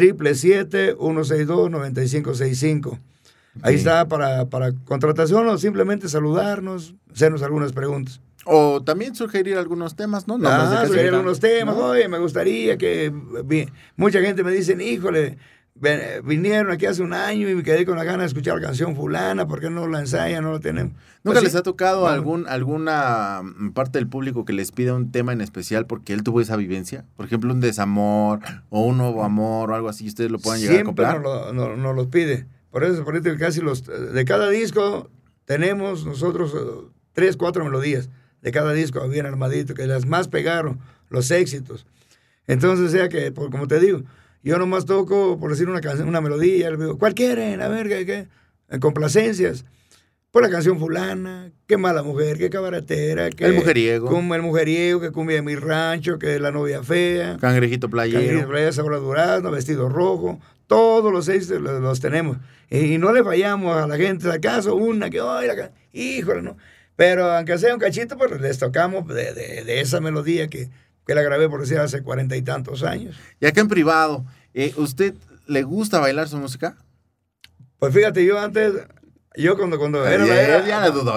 777-162-9565. Ahí está para contratación o simplemente saludarnos, hacernos algunas preguntas. O también sugerir algunos temas, ¿no? Nada más de que Sugerir se- algunos temas. ¿no? Oye, me gustaría que... Mucha gente me dice, híjole, vinieron aquí hace un año y me quedé con la gana de escuchar la canción fulana, ¿por qué no la ensayan? No la tenemos. ¿Nunca Pues les sí, ha tocado vamos. alguna parte del público que les pida un tema en especial porque él tuvo esa vivencia? Por ejemplo, un desamor o un nuevo amor o algo así, ¿ustedes lo puedan llegar a Siempre acoplar? nos los pide. Por eso que casi de cada disco tenemos nosotros 3, 4 melodías de cada disco bien armadito, que las más pegaron, los éxitos. Entonces, sea que, como te digo, yo nomás toco, por decir una canción, una melodía, le digo, ¿cuál quieren? A ver, ¿qué? En complacencias. Por la canción fulana, qué mala mujer, qué cabaretera, que El mujeriego. Como el mujeriego, que cumbia de mi rancho, que la novia fea. Cangrejito playero. Sabor a durazno, vestido rojo, todos los 6 los tenemos. Y no le fallamos a la gente, acaso una que, híjole, no. Pero aunque sea un cachito, pues les tocamos de esa melodía que la grabé, por decir, hace 40 y tantos años. Y acá en privado, ¿usted le gusta bailar su música? Pues fíjate, yo cuando era la era... Ya la dudó,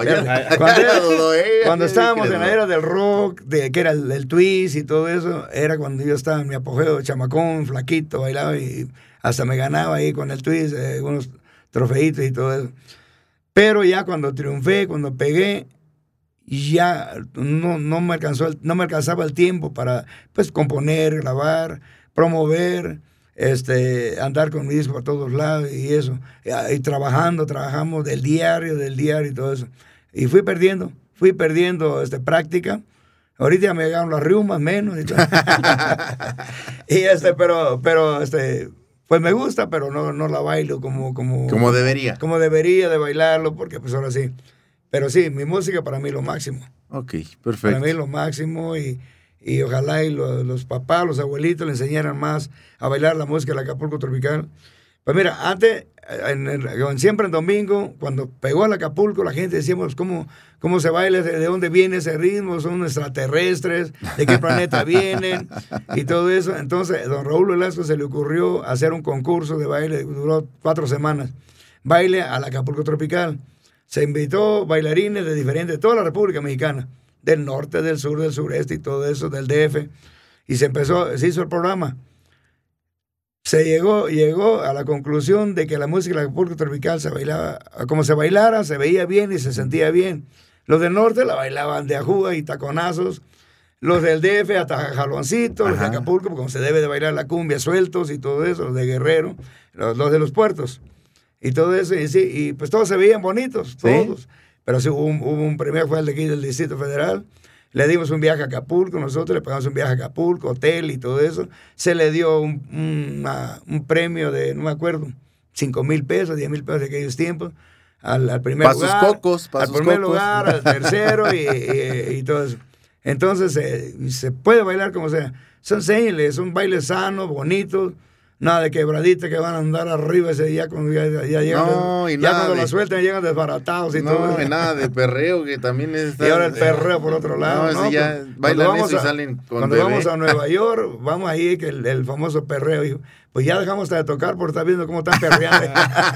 Cuando estábamos en la era del rock, que era el twist y todo eso, era cuando yo estaba en mi apogeo, chamacón, flaquito, bailaba y hasta me ganaba ahí con el twist, unos trofeitos y todo eso. Pero ya cuando triunfé, cuando pegué, ya no me alcanzaba el tiempo para pues componer, grabar, promover, andar con mi disco por todos lados y eso. Y trabajamos del diario y todo eso. Y fui perdiendo práctica. Ahorita ya me llegaron las riumas menos y todo. Y pero pues me gusta, pero no la bailo Como debería. como debería de bailarlo, porque pues ahora sí. Pero sí, mi música para mí es lo máximo. Ok, Para perfecto. mí es lo máximo y ojalá los papás, los abuelitos le enseñaran más a bailar la música del Acapulco Tropical. Pues mira, antes, siempre en domingo, cuando pegó al Acapulco, la gente decíamos, ¿cómo se baila? ¿De dónde viene ese ritmo? ¿Son extraterrestres? ¿De qué planeta vienen? Y todo eso. Entonces, don Raúl Velasco se le ocurrió hacer un concurso de baile, duró 4 semanas. Baile al Acapulco Tropical. Se invitó bailarines de toda la República Mexicana, del norte, del sur, del sureste y todo eso, del DF. Y se hizo el programa. Se llegó a la conclusión de que la música del Acapulco Tropical se bailaba, como se bailara, se veía bien y se sentía bien. Los del norte la bailaban de ajuda y taconazos. Los del DF hasta jaloncitos, los de Acapulco, como se debe de bailar la cumbia, sueltos y todo eso, los de Guerrero, los de los puertos. Y todo eso, y pues todos se veían bonitos, todos. ¿Sí? Pero sí hubo un premio, fue el de aquí del Distrito Federal. Le dimos un viaje a Acapulco, nosotros le pagamos un viaje a Acapulco, hotel y todo eso. Se le dio un premio de, no me acuerdo, 5,000 pesos, 10,000 pesos de aquellos tiempos. Al primer lugar. Al primer lugar, al tercero y todo eso. Entonces se puede bailar como sea. Son señales, son bailes sanos, bonitos. Nada de quebradita que van a andar arriba ese día cuando ya llegan. No, ya cuando la sueltan llegan desbaratados y todo. No, y nada de perreo, que también es. Y ahora el perreo por otro lado. No, ya bailan eso y salen con Cuando bebé. vamos a Nueva York, vamos ahí, que el famoso perreo. Y, pues ya dejamos hasta de tocar por estar viendo cómo están perreando.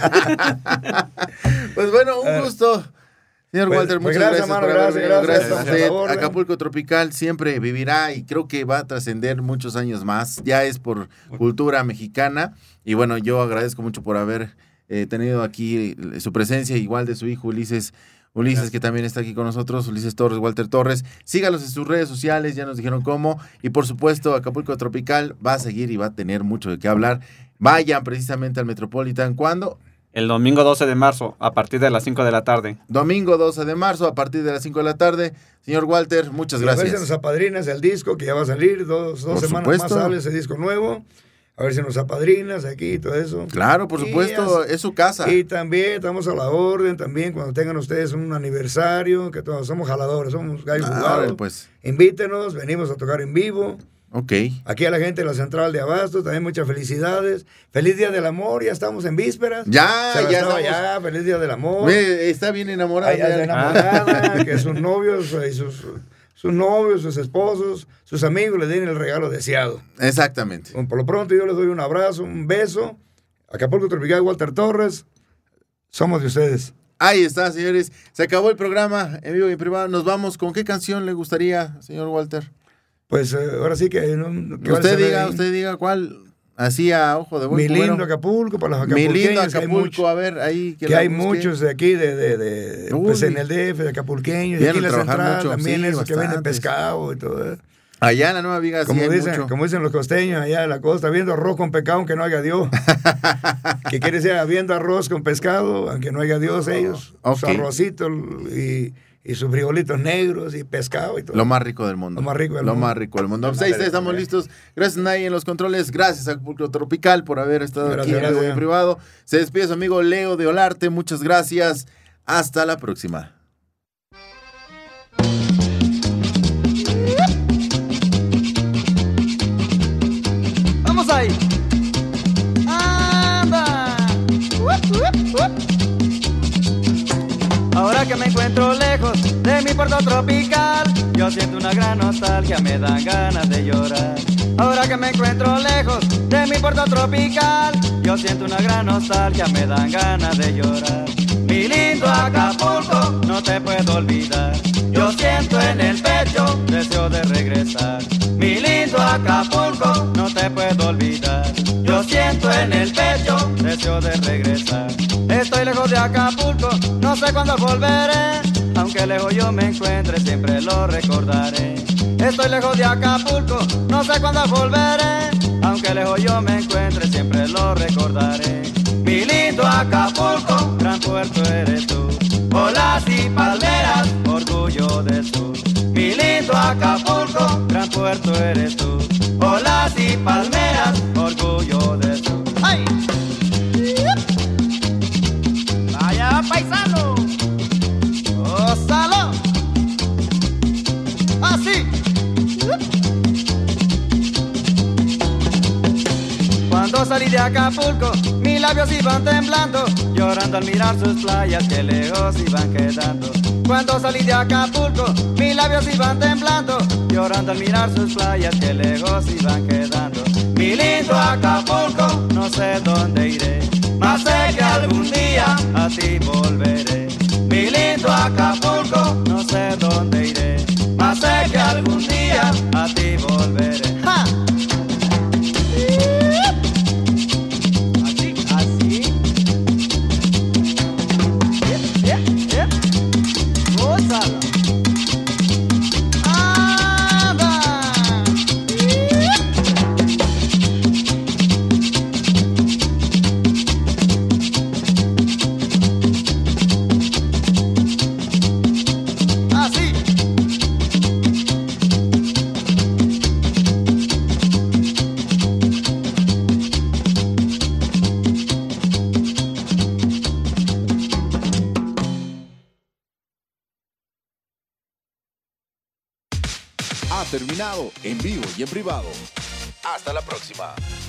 Pues bueno, un gusto. Señor Walter, muchas gracias. Hermano, gracias a usted. Acapulco Tropical siempre vivirá y creo que va a trascender muchos años más. Ya es por cultura mexicana. Y bueno, yo agradezco mucho por haber tenido aquí su presencia, igual de su hijo Ulises, que también está aquí con nosotros, Ulises Torres, Walter Torres. Sígalos en sus redes sociales, ya nos dijeron cómo. Y por supuesto, Acapulco Tropical va a seguir y va a tener mucho de qué hablar. Vayan precisamente al Metropolitan. ¿Cuándo? El domingo 12 de marzo, a partir de las 5 de la tarde. Domingo 12 de marzo, a partir de las 5 de la tarde. Señor Walter, muchas gracias. A ver si nos apadrinas el disco, que ya va a salir, dos semanas más sale ese disco nuevo. A ver si nos apadrinas aquí y todo eso. Claro, por supuesto, es su casa. Y también estamos a la orden, también cuando tengan ustedes un aniversario, que todos somos jaladores, somos gallos jugados. Pues. Invítenos, venimos a tocar en vivo. Ok. Aquí a la gente de la Central de Abasto, también muchas felicidades. Feliz Día del Amor, ya estamos en vísperas. Ya estaba estamos. ya, feliz Día del Amor. Está bien enamorada. Ella está enamorada, que sus novios y sus novios, sus esposos, sus amigos le den el regalo deseado. Exactamente. Por lo pronto yo les doy un abrazo, un beso. Acapulco Tropical, Walter Torres, somos de ustedes. Ahí está, señores. Se acabó el programa en vivo y en privado. Nos vamos. ¿Con qué canción le gustaría, señor Walter? Pues ahora sí que... Usted diga cuál. Así a ojo de buen Mi cubero. lindo Acapulco, para los Mi acapulqueños. lindo Acapulco, a ver, ahí. Que hay muchos de aquí, pues en el DF, de acapulqueños, de aquí en la Central, mucho, también sí, esos que venden bastantes. pescado y todo. Allá en la Nueva Viga sí hay mucho. Como dicen los costeños allá de la costa, viendo arroz con pescado aunque no haya Dios. Que quiere decir, viendo arroz con pescado aunque no haya Dios ellos. Su arrocito y sus frijolitos negros y pescado y todo. Lo más rico del mundo. Lo más rico del mundo. Pues ahí estamos listos. Gracias, Nay, en los controles. Gracias a Acapulco Tropical por haber estado aquí en vivo y en privado. Se despide su amigo Leo de Olarte. Muchas gracias. Hasta la próxima. Vamos ahí. Anda. Ahora que me encuentro lejos de mi puerto tropical, yo siento una gran nostalgia, me dan ganas de llorar. Ahora que me encuentro lejos de mi puerto tropical, yo siento una gran nostalgia, me dan ganas de llorar. Mi lindo Acapulco, no te puedo olvidar. Yo siento en el pecho deseo de regresar. Mi lindo Acapulco, no te puedo olvidar. Yo siento en el pecho deseo de regresar. Estoy lejos de Acapulco, no sé cuándo volveré. Aunque lejos yo me encuentre, siempre lo recordaré. Estoy lejos de Acapulco, no sé cuándo volveré. Aunque lejos yo me encuentre, siempre lo recordaré. Mi lindo Acapulco, gran puerto eres tú. Olas y palmeras, orgullo del sur. Mi lindo Acapulco, gran puerto eres tú. Olas y palmeras, orgullo del sur. ¡Ay! ¡Vaya paisano! ¡Ósalo! ¡Así! Cuando salí de Acapulco, mis labios iban temblando, llorando al mirar sus playas que lejos iban quedando. Cuando salí de Acapulco, mis labios iban temblando, llorando al mirar sus playas que lejos iban quedando. Mi lindo Acapulco, no sé dónde iré, mas sé que algún día a ti volveré. Mi lindo Acapulco, no sé dónde iré, mas sé que algún día a ti volveré. ¡Ja! Terminado en vivo y en privado. Hasta la próxima.